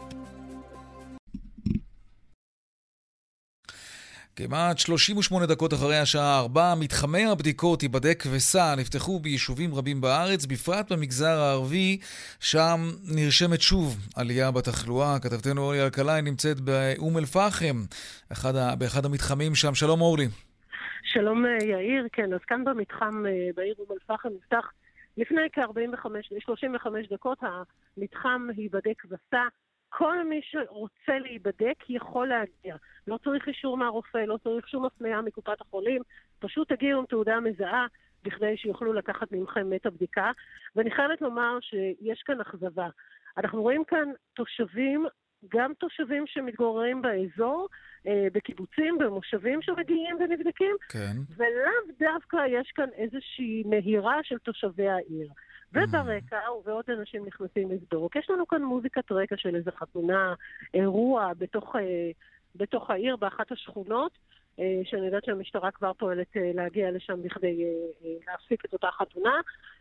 כמעט שלושים ושמונה דקות אחרי השעה ארבע, מתחמי הבדיקות ייבדק וסע נפתחו ביישובים רבים בארץ, בפרט במגזר הערבי, שם נרשמת שוב עלייה בתחלואה. כתבתנו אורלי אלקלעי נמצאת באום אל פחם, אחד, באחד המתחמים שם. שלום אורלי. שלום יאיר, כן, אז כאן במתחם בעיר אום אל פחם נפתח לפני כ-ארבעים וחמש, שלושים וחמש דקות, המתחם ייבדק וסע. כל מי שרוצה להיבדק יכול להגיע. לא צריך אישור מהרופא, לא צריך שום הפניה מקופת החולים. פשוט תגיעו עם תעודה מזהה בכדי שיוכלו לקחת ממכם את הבדיקה. ואני חייבת לומר שיש כאן אכזבה. אנחנו רואים כאן תושבים, גם תושבים שמתגוררים באזור, אה, בקיבוצים, במושבים שמגיעים ונבדקים. כן. ולאו דווקא יש כאן איזושהי מהירה של תושבי העיר. וברקע, ועוד אנשים נכנסים לבדוק, יש לנו כאן מוזיקת רקע של איזו חתונה, אירוע בתוך, בתוך העיר, באחת השכונות, שאני יודעת שהמשטרה כבר פועלת להגיע לשם בכדי להפסיק את אותה חתונה.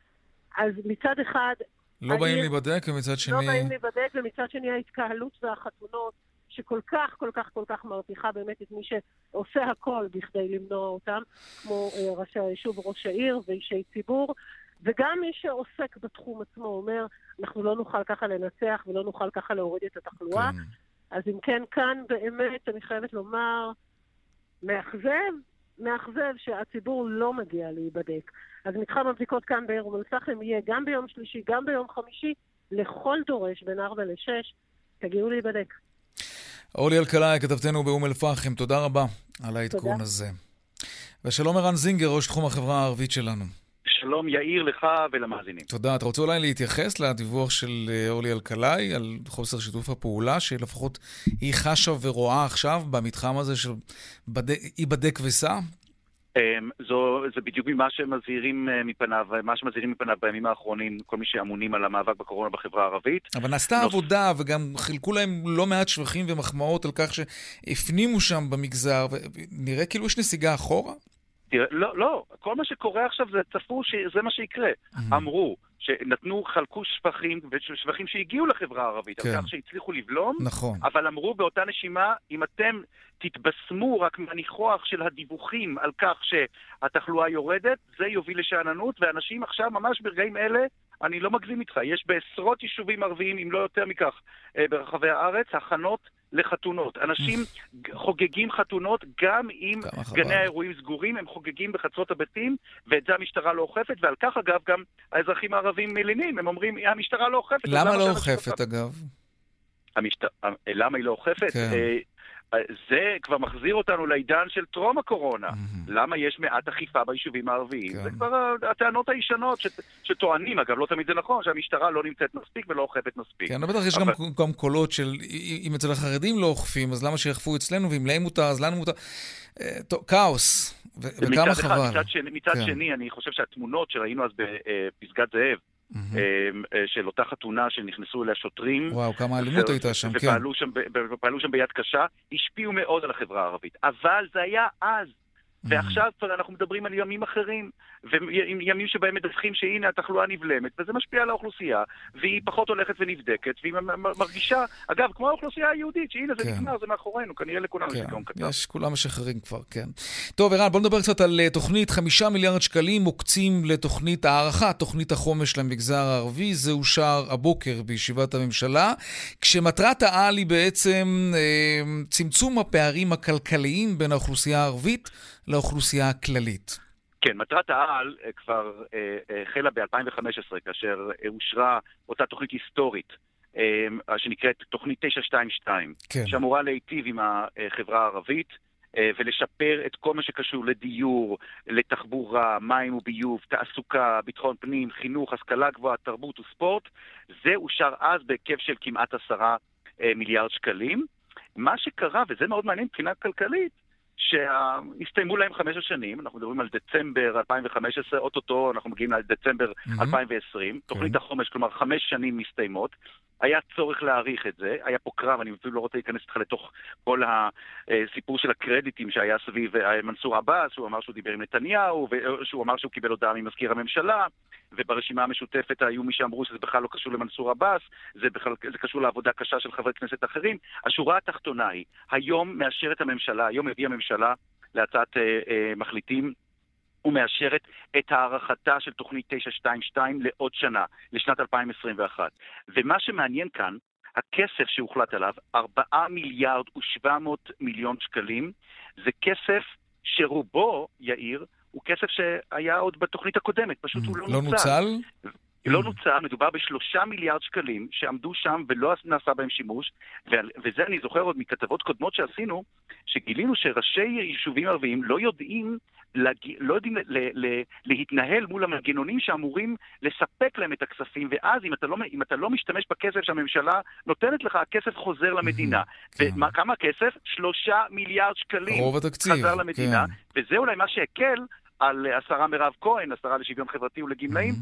אז מצד אחד... לא באים להיבדק, ומצד שני... לא באים להיבדק, ומצד שני ההתקהלות והחתונות, שכל כך, כל כך, כל כך מרתיחה באמת את מי שעושה הכל בכדי למנוע אותם, כמו ראשי היישוב, ראש העיר ואישי ציבור, וגם מי שעוסק בתחום עצמו אומר, אנחנו לא נוכל ככה לנצח ולא נוכל ככה להוריד את התחלואה. כן. אז אם כן, כאן באמת אני חייבת לומר, מאכזב, מאכזב שהציבור לא מגיע להיבדק. אז מתחם הבדיקות כאן בעיר אום אל פחם יהיה גם ביום שלישי, גם ביום חמישי, לכל דורש בין ארבע לשש, תגיעו להיבדק. אורלי אלקלעי, כתבתנו באום אל פחם, תודה רבה על העדכון תודה. הזה. ושלום ערן זינגר, ראש תחום החברה הערבית שלנו. שלום יאיר לך ולמאזינים. תודה. אתה רוצה אולי להתייחס לדיווח של אורלי אלקלעי על חוסר שיתוף הפעולה, שלפחות היא חשה ורואה עכשיו במתחם הזה של ייבדק וסע? זו, זה בדיוק ממה שמזהירים מפניו, מה שמזהירים מפניו בימים האחרונים, כל מי שאמונים על המאבק בקורונה בחברה הערבית. אבל נעשתה עבודה, וגם חילקו להם לא מעט שבחים ומחמאות על כך שהפנימו שם במגזר, ונראה כאילו יש נסיגה אחורה? לא, לא, כל מה שקורה עכשיו זה צפו שזה מה שיקרה. אמרו שנתנו, חלקו שבחים, ושבחים שהגיעו לחברה הערבית, על כך שהצליחו לבלום, אבל אמרו באותה נשימה, אם אתם תתבשמו רק מהניחוח של הדיווחים על כך שהתחלואה יורדת, זה יוביל לשעננות, ואנשים עכשיו ממש ברגעים אלה, אני לא מגזים איתך, יש בעשרות יישובים ערביים, אם לא יותר מכך, ברחבי הארץ, הכנות לחתונות. אנשים חוגגים חתונות גם אם גני האירועים סגורים, הם חוגגים בחצרות הבתים, ואת זה המשטרה לא אוכפת, ועל כך אגב גם האזרחים הערבים מלינים, הם אומרים, המשטרה לא אוכפת. למה לא אוכפת אגב? למה היא לא אוכפת? זה כבר מחזיר אותנו לעידן של טרום הקורונה. למה יש מעט אכיפה ביישובים הערביים? זה כבר הטענות הישנות שטוענים, אגב, לא תמיד זה נכון, שהמשטרה לא נמצאת מספיק ולא אוכפת מספיק. כן, בטח יש גם קולות של, אם אצל החרדים לא אוכפים, אז למה שיחפו אצלנו, ואם להם מותר, אז לנו מותר. כאוס, וכמה חבל. מצד שני, אני חושב שהתמונות שראינו אז בפסגת זאב, של אותה חתונה שנכנסו אליה שוטרים. וואו, כמה אלימות הייתה שם, כן. ופעלו שם ביד קשה, השפיעו מאוד על החברה הערבית. אבל זה היה אז. ועכשיו כבר אנחנו מדברים על ימים אחרים, וימים שבהם מדווחים שהנה התחלואה נבלמת, וזה משפיע על האוכלוסייה, והיא פחות הולכת ונבדקת, והיא מרגישה, אגב, כמו האוכלוסייה היהודית, שהנה זה נגמר, זה מאחורינו, כנראה לכולנו זיכרון קצר. יש, כולם משחררים כבר, כן. טוב, ערן, בוא נדבר קצת על תוכנית, חמישה מיליארד שקלים מוקצים לתוכנית הערכה, תוכנית החומש למגזר הערבי, זה אושר הבוקר בישיבת הממשלה, כשמטרת העל היא בעצם צמצום הפערים הכלכליים בין האוכלוסייה הערבית לאוכלוסייה הכללית. כן, מטרת העל כבר החלה ב-אלפיים וחמש עשרה, כאשר אושרה אותה תוכנית היסטורית, שנקראת תוכנית תשע שתיים שתיים, כן. שאמורה להיטיב עם החברה הערבית, ולשפר את כל מה שקשור לדיור, לתחבורה, מים וביוב, תעסוקה, ביטחון פנים, חינוך, השכלה גבוהה, תרבות וספורט. זה אושר אז בהיקף של כמעט עשרה מיליארד שקלים. מה שקרה, וזה מאוד מעניין מבחינה כלכלית, שהסתיימו להם חמש השנים, אנחנו מדברים על דצמבר אלפיים וחמש עשרה, אוטוטו אנחנו מגיעים לדצמבר mm-hmm. אלפיים ועשרים, okay. תוכנית החומש, כלומר חמש שנים מסתיימות, היה צורך להאריך את זה, היה פה קרב, אני אפילו לא רוצה להיכנס איתך לתוך כל הסיפור של הקרדיטים שהיה סביב מנסור עבאס, שהוא אמר שהוא דיבר עם נתניהו, שהוא אמר שהוא קיבל הודעה ממזכיר הממשלה, וברשימה המשותפת היו מי שאמרו שזה בכלל לא קשור למנסור עבאס, זה, בכלל, זה קשור לעבודה קשה של חברי כנסת אחרים. השורה התחתונה היא, היום מאשרת הממשלה, היום הביאה הממשלה להצעת אה, אה, מחליטים, ומאשרת את הערכתה של תוכנית תשע שתיים שתיים לעוד שנה, לשנת אלפיים עשרים ואחת. ומה שמעניין כאן, הכסף שהוחלט עליו, ארבעה מיליארד ושבע מאות מיליון שקלים, זה כסף שרובו, יאיר, הוא כסף שהיה עוד בתוכנית הקודמת, פשוט הוא לא נוצל. לא נוצל? לא נוצל, מדובר בשלושה מיליארד שקלים שעמדו שם ולא נעשה בהם שימוש, וזה אני זוכר עוד מכתבות קודמות שעשינו, שגילינו שראשי יישובים ערביים לא יודעים, לא יודעים להתנהל מול המנגנונים שאמורים לספק להם את הכספים, ואז אם אתה לא, אם אתה לא משתמש בכסף שהממשלה נותנת לך, הכסף חוזר למדינה. וכמה הכסף? שלושה מיליארד שקלים חזר למדינה, וזה אולי מה שהקל על השרה מירב כהן, השרה לשוויון חברתי ולגמלאים,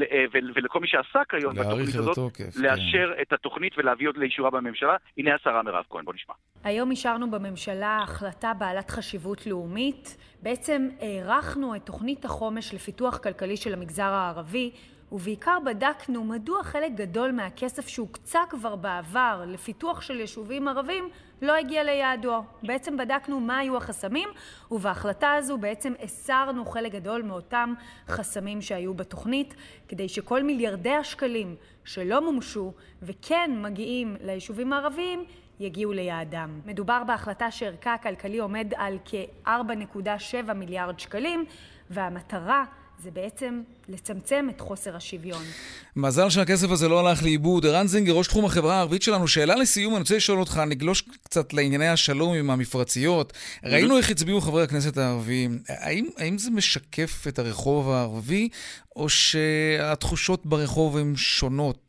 ולכל מי שעסק היום בתוכנית הזאת, לאשר את התוכנית ולהביא עוד לאישורה בממשלה. הנה השרה מירב כהן, בוא נשמע. היום אישרנו בממשלה החלטה בעלת חשיבות לאומית. בעצם הערכנו את תוכנית החומש לפיתוח כלכלי של המגזר הערבי, ובעיקר בדקנו מדוע חלק גדול מהכסף שהוקצה כבר בעבר לפיתוח של יישובים ערבים לא הגיע ליעדו. בעצם בדקנו מה היו החסמים, ובהחלטה הזו בעצם הסרנו חלק גדול מאותם חסמים שהיו בתוכנית, כדי שכל מיליארדי השקלים שלא מומשו וכן מגיעים ליישובים הערביים יגיעו ליעדם. מדובר בהחלטה שערכה הכלכלי עומד על כ-ארבע נקודה שבע מיליארד שקלים, והמטרה זה בעצם לצמצם את חוסר השוויון. מזל שהכסף הזה לא הלך לאיבוד. ערן זינגר, ראש תחום החברה הערבית שלנו, שאלה לסיום, אני רוצה לשאול אותך, נגלוש קצת לענייני השלום עם המפרציות. ראינו איך הצביעו חברי הכנסת הערבים. האם, האם זה משקף את הרחוב הערבי, או שהתחושות ברחוב הן שונות?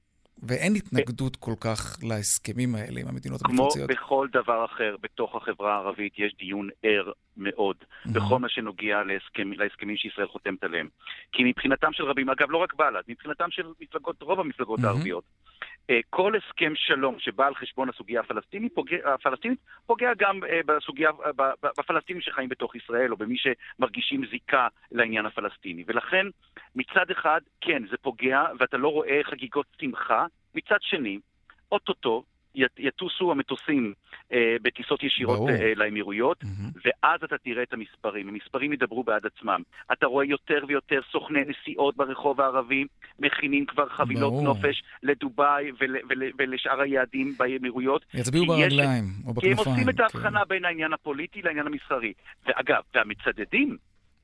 ואין התנגדות כל כך להסכמים האלה עם המדינות המפרציות. כמו בכל דבר אחר בתוך החברה הערבית יש דיון ער מאוד בכל מה שנוגע להסכמים שישראל חותמת עליהם. כי מבחינתם של רבים, אגב לא רק בל"ד, מבחינתם של מפלגות, רוב המפלגות הערביות, כל הסכם שלום שבא על חשבון הסוגיה הפלסטינית פוגע, הפלסטינית פוגע גם בסוגיה, בפלסטינים שחיים בתוך ישראל או במי שמרגישים זיקה לעניין הפלסטיני. ולכן מצד אחד כן זה פוגע ואתה לא רואה חגיגות שמחה, מצד שני אוטוטו יטוסו המטוסים אה, בטיסות ישירות אה, לאמירויות, mm-hmm. ואז אתה תראה את המספרים. המספרים ידברו בעד עצמם. אתה רואה יותר ויותר סוכני נסיעות ברחוב הערבי, מכינים כבר חבילות ברור. נופש לדובאי ול, ול, ולשאר היעדים באמירויות. יצביעו ברגליים או בכנפיים. כי הם עושים את ההבחנה כן. בין העניין הפוליטי לעניין המסחרי. ואגב, והמצדדים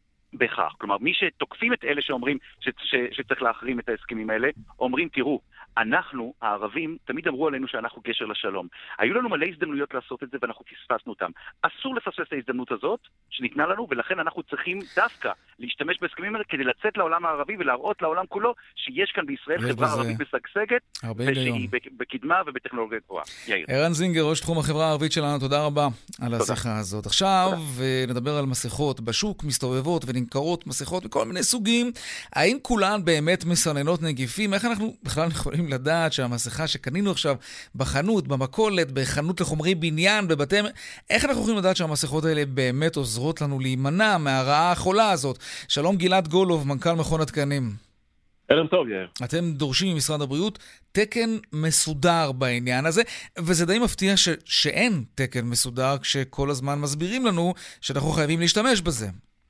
בכך, כלומר מי שתוקפים את אלה שאומרים ש, ש, שצריך להחרים את ההסכמים האלה, אומרים תראו, אנחנו, הערבים, תמיד אמרו עלינו שאנחנו גשר לשלום. היו לנו מלא הזדמנויות לעשות את זה ואנחנו פספסנו אותם. אסור לפספס את ההזדמנות הזאת שניתנה לנו, ולכן אנחנו צריכים דווקא להשתמש בהסכמים האלה כדי לצאת לעולם הערבי ולהראות לעולם כולו שיש כאן בישראל חברה ערבית משגשגת, ושהיא בקדמה ובטכנולוגיה גבוהה. יאיר. ערן זינגר, ראש תחום החברה הערבית שלנו, תודה רבה על השיחה הזאת. עכשיו נדבר על מסכות. בשוק מסתובבות ונמכרות מסכות בכל מיני סוגים. האם כולן באמת מסננות נגיפים? איך אנחנו בכלל יכולים לדעת שהמסכה שקנינו עכשיו בחנות, במכולת, בחנות לחומרי בניין, בבתי... איך אנחנו יכולים לדעת שהמסכות האלה באמת עוזרות לנו להימנע מהרעה החולה הזאת? שלום גלעד גולוב, מנכ"ל מכון התקנים. ערב טוב, יאיר. אתם דורשים ממשרד הבריאות תקן מסודר בעניין הזה, וזה די מפתיע ש... שאין תקן מסודר כשכל הזמן מסבירים לנו שאנחנו חייבים להשתמש בזה.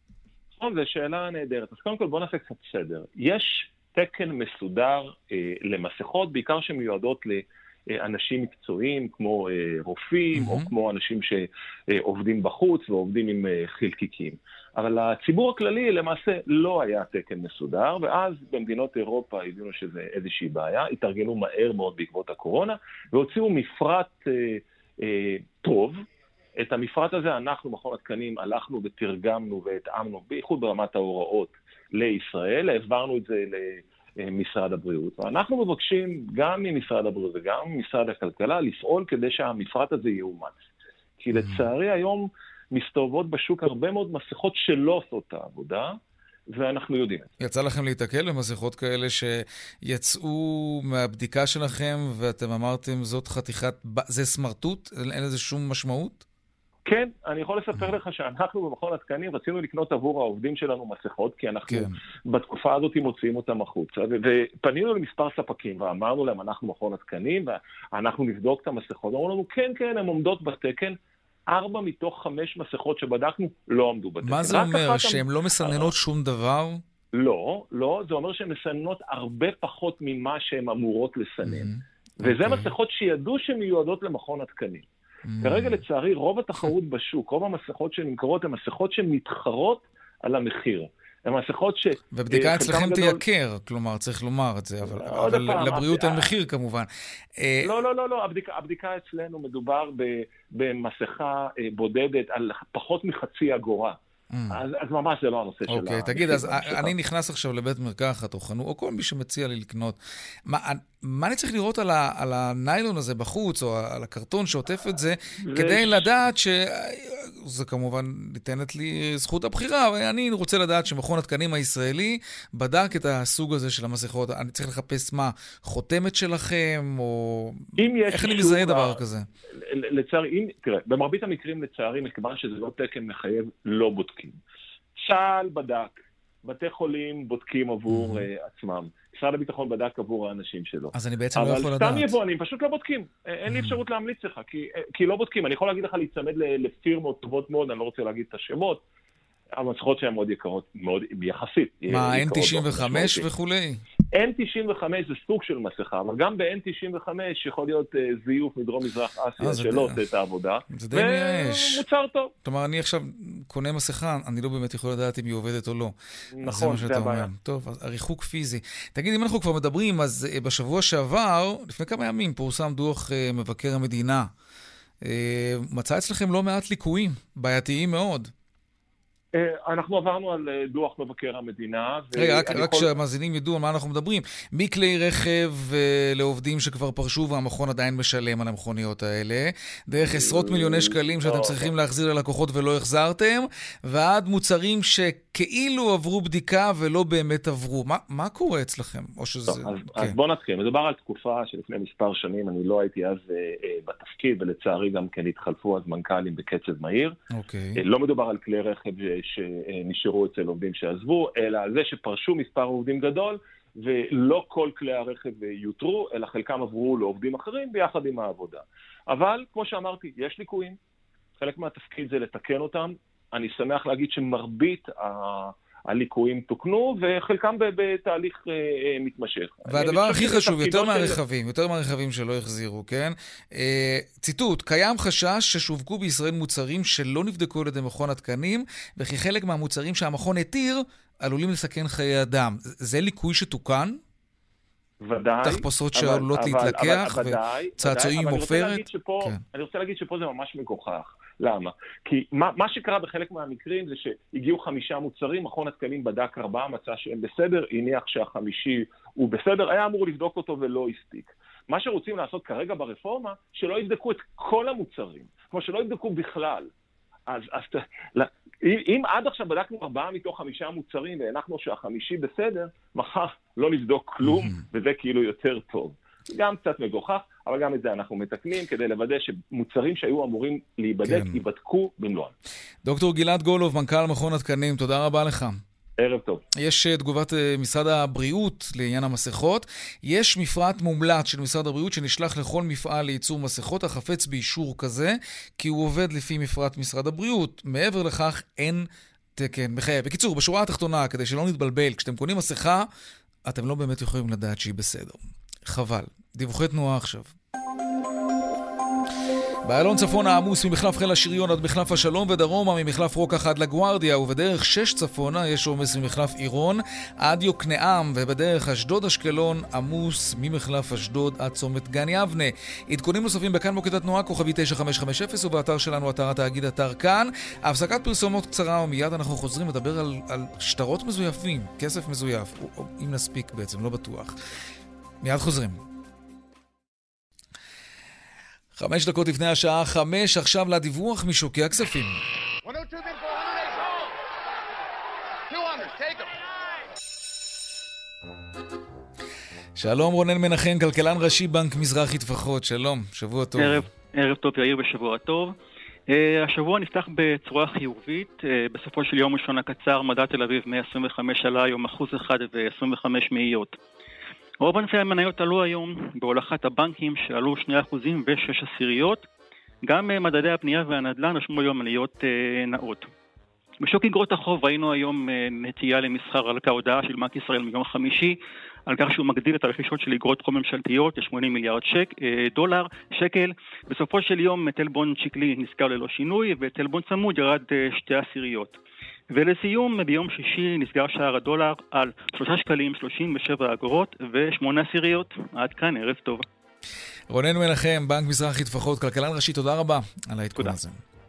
טוב, זו שאלה נהדרת. אז קודם כל בוא נעשה קצת סדר. יש תקן מסודר אה, למסכות, בעיקר שמיועדות אנשים מקצועיים כמו רופאים, או כמו אנשים שעובדים בחוץ ועובדים עם חלקיקים. אבל הציבור הכללי למעשה לא היה תקן מסודר, ואז במדינות אירופה הבינו שזה איזושהי בעיה, התארגנו מהר מאוד בעקבות הקורונה, והוציאו מפרט טוב. את המפרט הזה אנחנו, מכון התקנים, הלכנו ותרגמנו והתאמנו, בייחוד ברמת ההוראות לישראל, העברנו את זה למשרד הבריאות. ואנחנו מבקשים גם ממשרד הבריאות וגם ממשרד הכלכלה לפעול כדי שהמפרט הזה יאומץ. כי לצערי היום מסתובבות בשוק הרבה מאוד מסכות שלא עושות את העבודה, ואנחנו יודעים את זה. יצא לכם להתקל במסכות כאלה שיצאו מהבדיקה שלכם ואתם אמרתם זאת חתיכת, זה סמרטוט? אין לזה שום משמעות? כן, אני יכול לספר לך שאנחנו במכון התקנים רצינו לקנות עבור העובדים שלנו מסכות, כי אנחנו כן. בתקופה הזאת מוציאים אותם החוצה, ופנינו למספר ספקים ואמרנו להם, אנחנו מכון התקנים, ואנחנו נבדוק את המסכות, אמרו לנו, כן, כן, הן עומדות בתקן, ארבע מתוך חמש מסכות שבדקנו לא עמדו בתקן. מה זה אומר? שהן לא מסננות שום דבר? לא, לא, זה אומר שהן מסננות הרבה פחות ממה שהן אמורות לסנן. וזה מסכות שידעו שהן מיועדות למכון התקנים. כרגע לצערי רוב התחרות בשוק, רוב המסכות שנמכרות הן מסכות שמתחרות על המחיר. הן מסכות ש... ובדיקה אצלכם תייקר, כלומר, צריך לומר את זה, אבל לבריאות אין מחיר כמובן. לא, לא, לא, לא, הבדיקה אצלנו מדובר במסכה בודדת על פחות מחצי אגורה. אז ממש זה לא הנושא שלה. אוקיי, תגיד, אז אני נכנס עכשיו לבית מרקחת או חנות, או כל מי שמציע לי לקנות. מה אני צריך לראות על הניילון הזה בחוץ, או על הקרטון שעוטף את זה, כדי לדעת שזה כמובן ניתנת לי זכות הבחירה, אבל אני רוצה לדעת שמכון התקנים הישראלי בדק את הסוג הזה של המסכות. אני צריך לחפש מה, חותמת שלכם, או איך אני מזהה דבר כזה? לצערי, תראה, במרבית המקרים לצערי, מכיוון שזה לא תקן מחייב, לא בודקים. צה"ל בדק, בתי חולים בודקים עבור עצמם. משרד הביטחון בדק עבור האנשים שלו. אז אני בעצם לא יכול לדעת. אבל סתם יבואנים, פשוט לא בודקים. אין לי אפשרות להמליץ לך, כי לא בודקים. אני יכול להגיד לך להצמד לפירמות טובות מאוד, אני לא רוצה להגיד את השמות, המסכות שהן מאוד יקרות, מאוד יחסית. מה, אן תשעים וחמש וכולי? אן תשעים וחמש זה סוג של מסכה, אבל גם ב-אן תשעים וחמש יכול להיות זיוף מדרום מזרח אסיה שלא עושה את העבודה. זה די מייאש. ומוצר טוב. כלומר, אני עכשיו קונה מסכה, אני לא באמת יכול לדעת אם היא עובדת או לא. נכון, זה הבעיה. טוב, הריחוק פיזי. תגיד, אם אנחנו כבר מדברים, אז בשבוע שעבר, לפני כמה ימים, פורסם דוח מבקר המדינה. מצא אצלכם לא מעט ליקויים, בעייתיים מאוד. אנחנו עברנו על דוח מבקר המדינה. רגע, רק שהמאזינים ידעו על מה אנחנו מדברים. מכלי רכב לעובדים שכבר פרשו והמכון עדיין משלם על המכוניות האלה, דרך עשרות מיליוני שקלים שאתם צריכים להחזיר ללקוחות ולא החזרתם, ועד מוצרים שכאילו עברו בדיקה ולא באמת עברו. מה קורה אצלכם? אז בוא נתחיל. מדובר על תקופה שלפני מספר שנים, אני לא הייתי אז בתפקיד, ולצערי גם כן התחלפו אז מנכ"לים בקצב מהיר. לא מדובר על כלי רכב שנשארו אצל עובדים שעזבו, אלא על זה שפרשו מספר עובדים גדול, ולא כל כלי הרכב יותרו, אלא חלקם עברו לעובדים אחרים ביחד עם העבודה. אבל, כמו שאמרתי, יש ליקויים, חלק מהתפקיד זה לתקן אותם, אני שמח להגיד שמרבית הליקויים תוקנו, וחלקם בתהליך מתמשך. והדבר הכי חשוב, יותר מהרכבים, יותר מהרכבים שלא החזירו, כן? ציטוט, קיים חשש ששווקו בישראל מוצרים שלא נבדקו על ידי מכון התקנים, וכי חלק מהמוצרים שהמכון התיר עלולים לסכן חיי אדם. זה ליקוי שתוקן? ודאי. תחפושות שעלולות להתלקח, וצעצועים עופרת. אני רוצה להגיד שפה זה ממש מגוחך. למה? כי מה, מה שקרה בחלק מהמקרים זה שהגיעו חמישה מוצרים, מכון התקנים בדק ארבעה, מצא שהם בסדר, הניח שהחמישי הוא בסדר, היה אמור לבדוק אותו ולא הספיק. מה שרוצים לעשות כרגע ברפורמה, שלא יבדקו את כל המוצרים, כמו שלא יבדקו בכלל. אז, אז אם, אם עד עכשיו בדקנו ארבעה מתוך חמישה מוצרים, והנחנו שהחמישי בסדר, מחר לא נבדוק כלום, וזה כאילו יותר טוב. גם קצת מגוחך, אבל גם את זה אנחנו מתקנים כדי לוודא שמוצרים שהיו אמורים להיבדק, כן. ייבדקו במלואם. דוקטור גלעד גולוב, מנכ"ל מכון התקנים, תודה רבה לך. ערב טוב. יש תגובת משרד הבריאות לעניין המסכות. יש מפרט מומלץ של משרד הבריאות שנשלח לכל מפעל לייצור מסכות, החפץ באישור כזה, כי הוא עובד לפי מפרט משרד הבריאות. מעבר לכך אין תקן מחייב. בקיצור, בשורה התחתונה, כדי שלא נתבלבל, כשאתם קונים מסכה, אתם לא באמת יכולים לדעת שהיא בסדר. חבל. דיווחי תנועה עכשיו. באלון צפון העמוס ממחלף חיל השריון עד מחלף השלום ודרומה ממחלף רוקח עד לגוארדיה, ובדרך שש צפונה יש עומס ממחלף עירון עד יוקנעם, ובדרך אשדוד אשקלון עמוס ממחלף אשדוד עד צומת גן יבנה. עדכונים נוספים בכאן מוקד התנועה כוכבי תשע חמש חמש אפס ובאתר שלנו אתר התאגיד אתר כאן. הפסקת פרסומות קצרה ומיד אנחנו חוזרים לדבר על, על שטרות מזויפים, כסף מזויף, או, או, אם נספיק בעצם, לא בטוח. מיד חוזרים. חמש דקות לפני השעה חמש, עכשיו לדיווח משוקי הכספים. שלום רונן מנחם, כלכלן ראשי בנק מזרחי טפחות, שלום, שבוע טוב. ערב, ערב טוב יאיר ושבוע טוב. Uh, השבוע נפתח בצורה חיובית, uh, בסופו של יום ראשון הקצר מדד תל אביב מאה עשרים וחמש עלה היום אחוז אחד ו-עשרים וחמש מאיות. רוב ענפי המניות עלו היום בהולכת הבנקים שעלו שני אחוזים ושש עשיריות. גם uh, מדדי הבנייה והנדל"ן רשמו היום עליות uh, נאות. בשוק אגרות החוב ראינו היום uh, נטייה למסחר על כהודעה של בנק ישראל מיום חמישי, על כך שהוא מגדיל את הרכישות של אגרות חוב ממשלתיות ל-שמונים מיליארד שק, דולר, שקל. בסופו של יום טלבון שקלי נסגר ללא שינוי, וטלבון צמוד ירד שתי עשיריות. ולסיום, ביום שישי נסגר שער הדולר על שלושה שקלים שלושים ושבע אגורות ושמונה עשיריות. עד כאן, ערב טוב. רונן מנחם, בנק מזרחי טפחות, כלכלן ראשי, תודה רבה על העדכון הזה.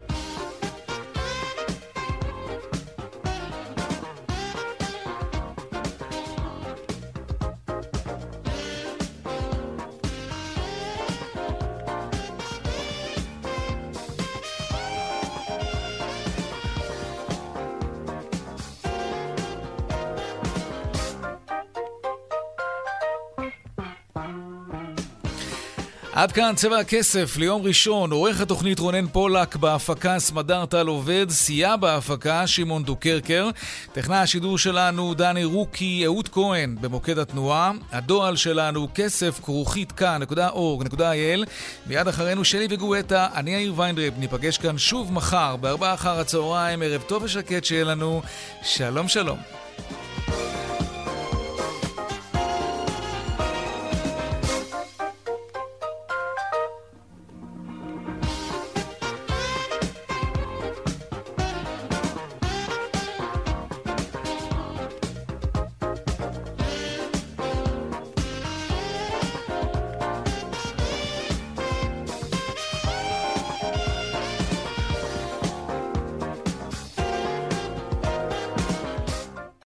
עד כאן צבע הכסף ליום ראשון. עורך התוכנית רונן פולק, בהפקה סמדר טל עובד, סייע בהפקה שמעון דוקרקר, טכנאי השידור שלנו דני רוקי, אהוד כהן במוקד התנועה, הדואל שלנו כסף כרוכית כאן נקודה אורג נקודה איי אל. מיד אחרינו שלי וגואטה, אני יאיר ויינדרב, ניפגש כאן שוב מחר בארבע אחר הצהריים. ערב טוב ושקט שיהיה לנו. שלום שלום.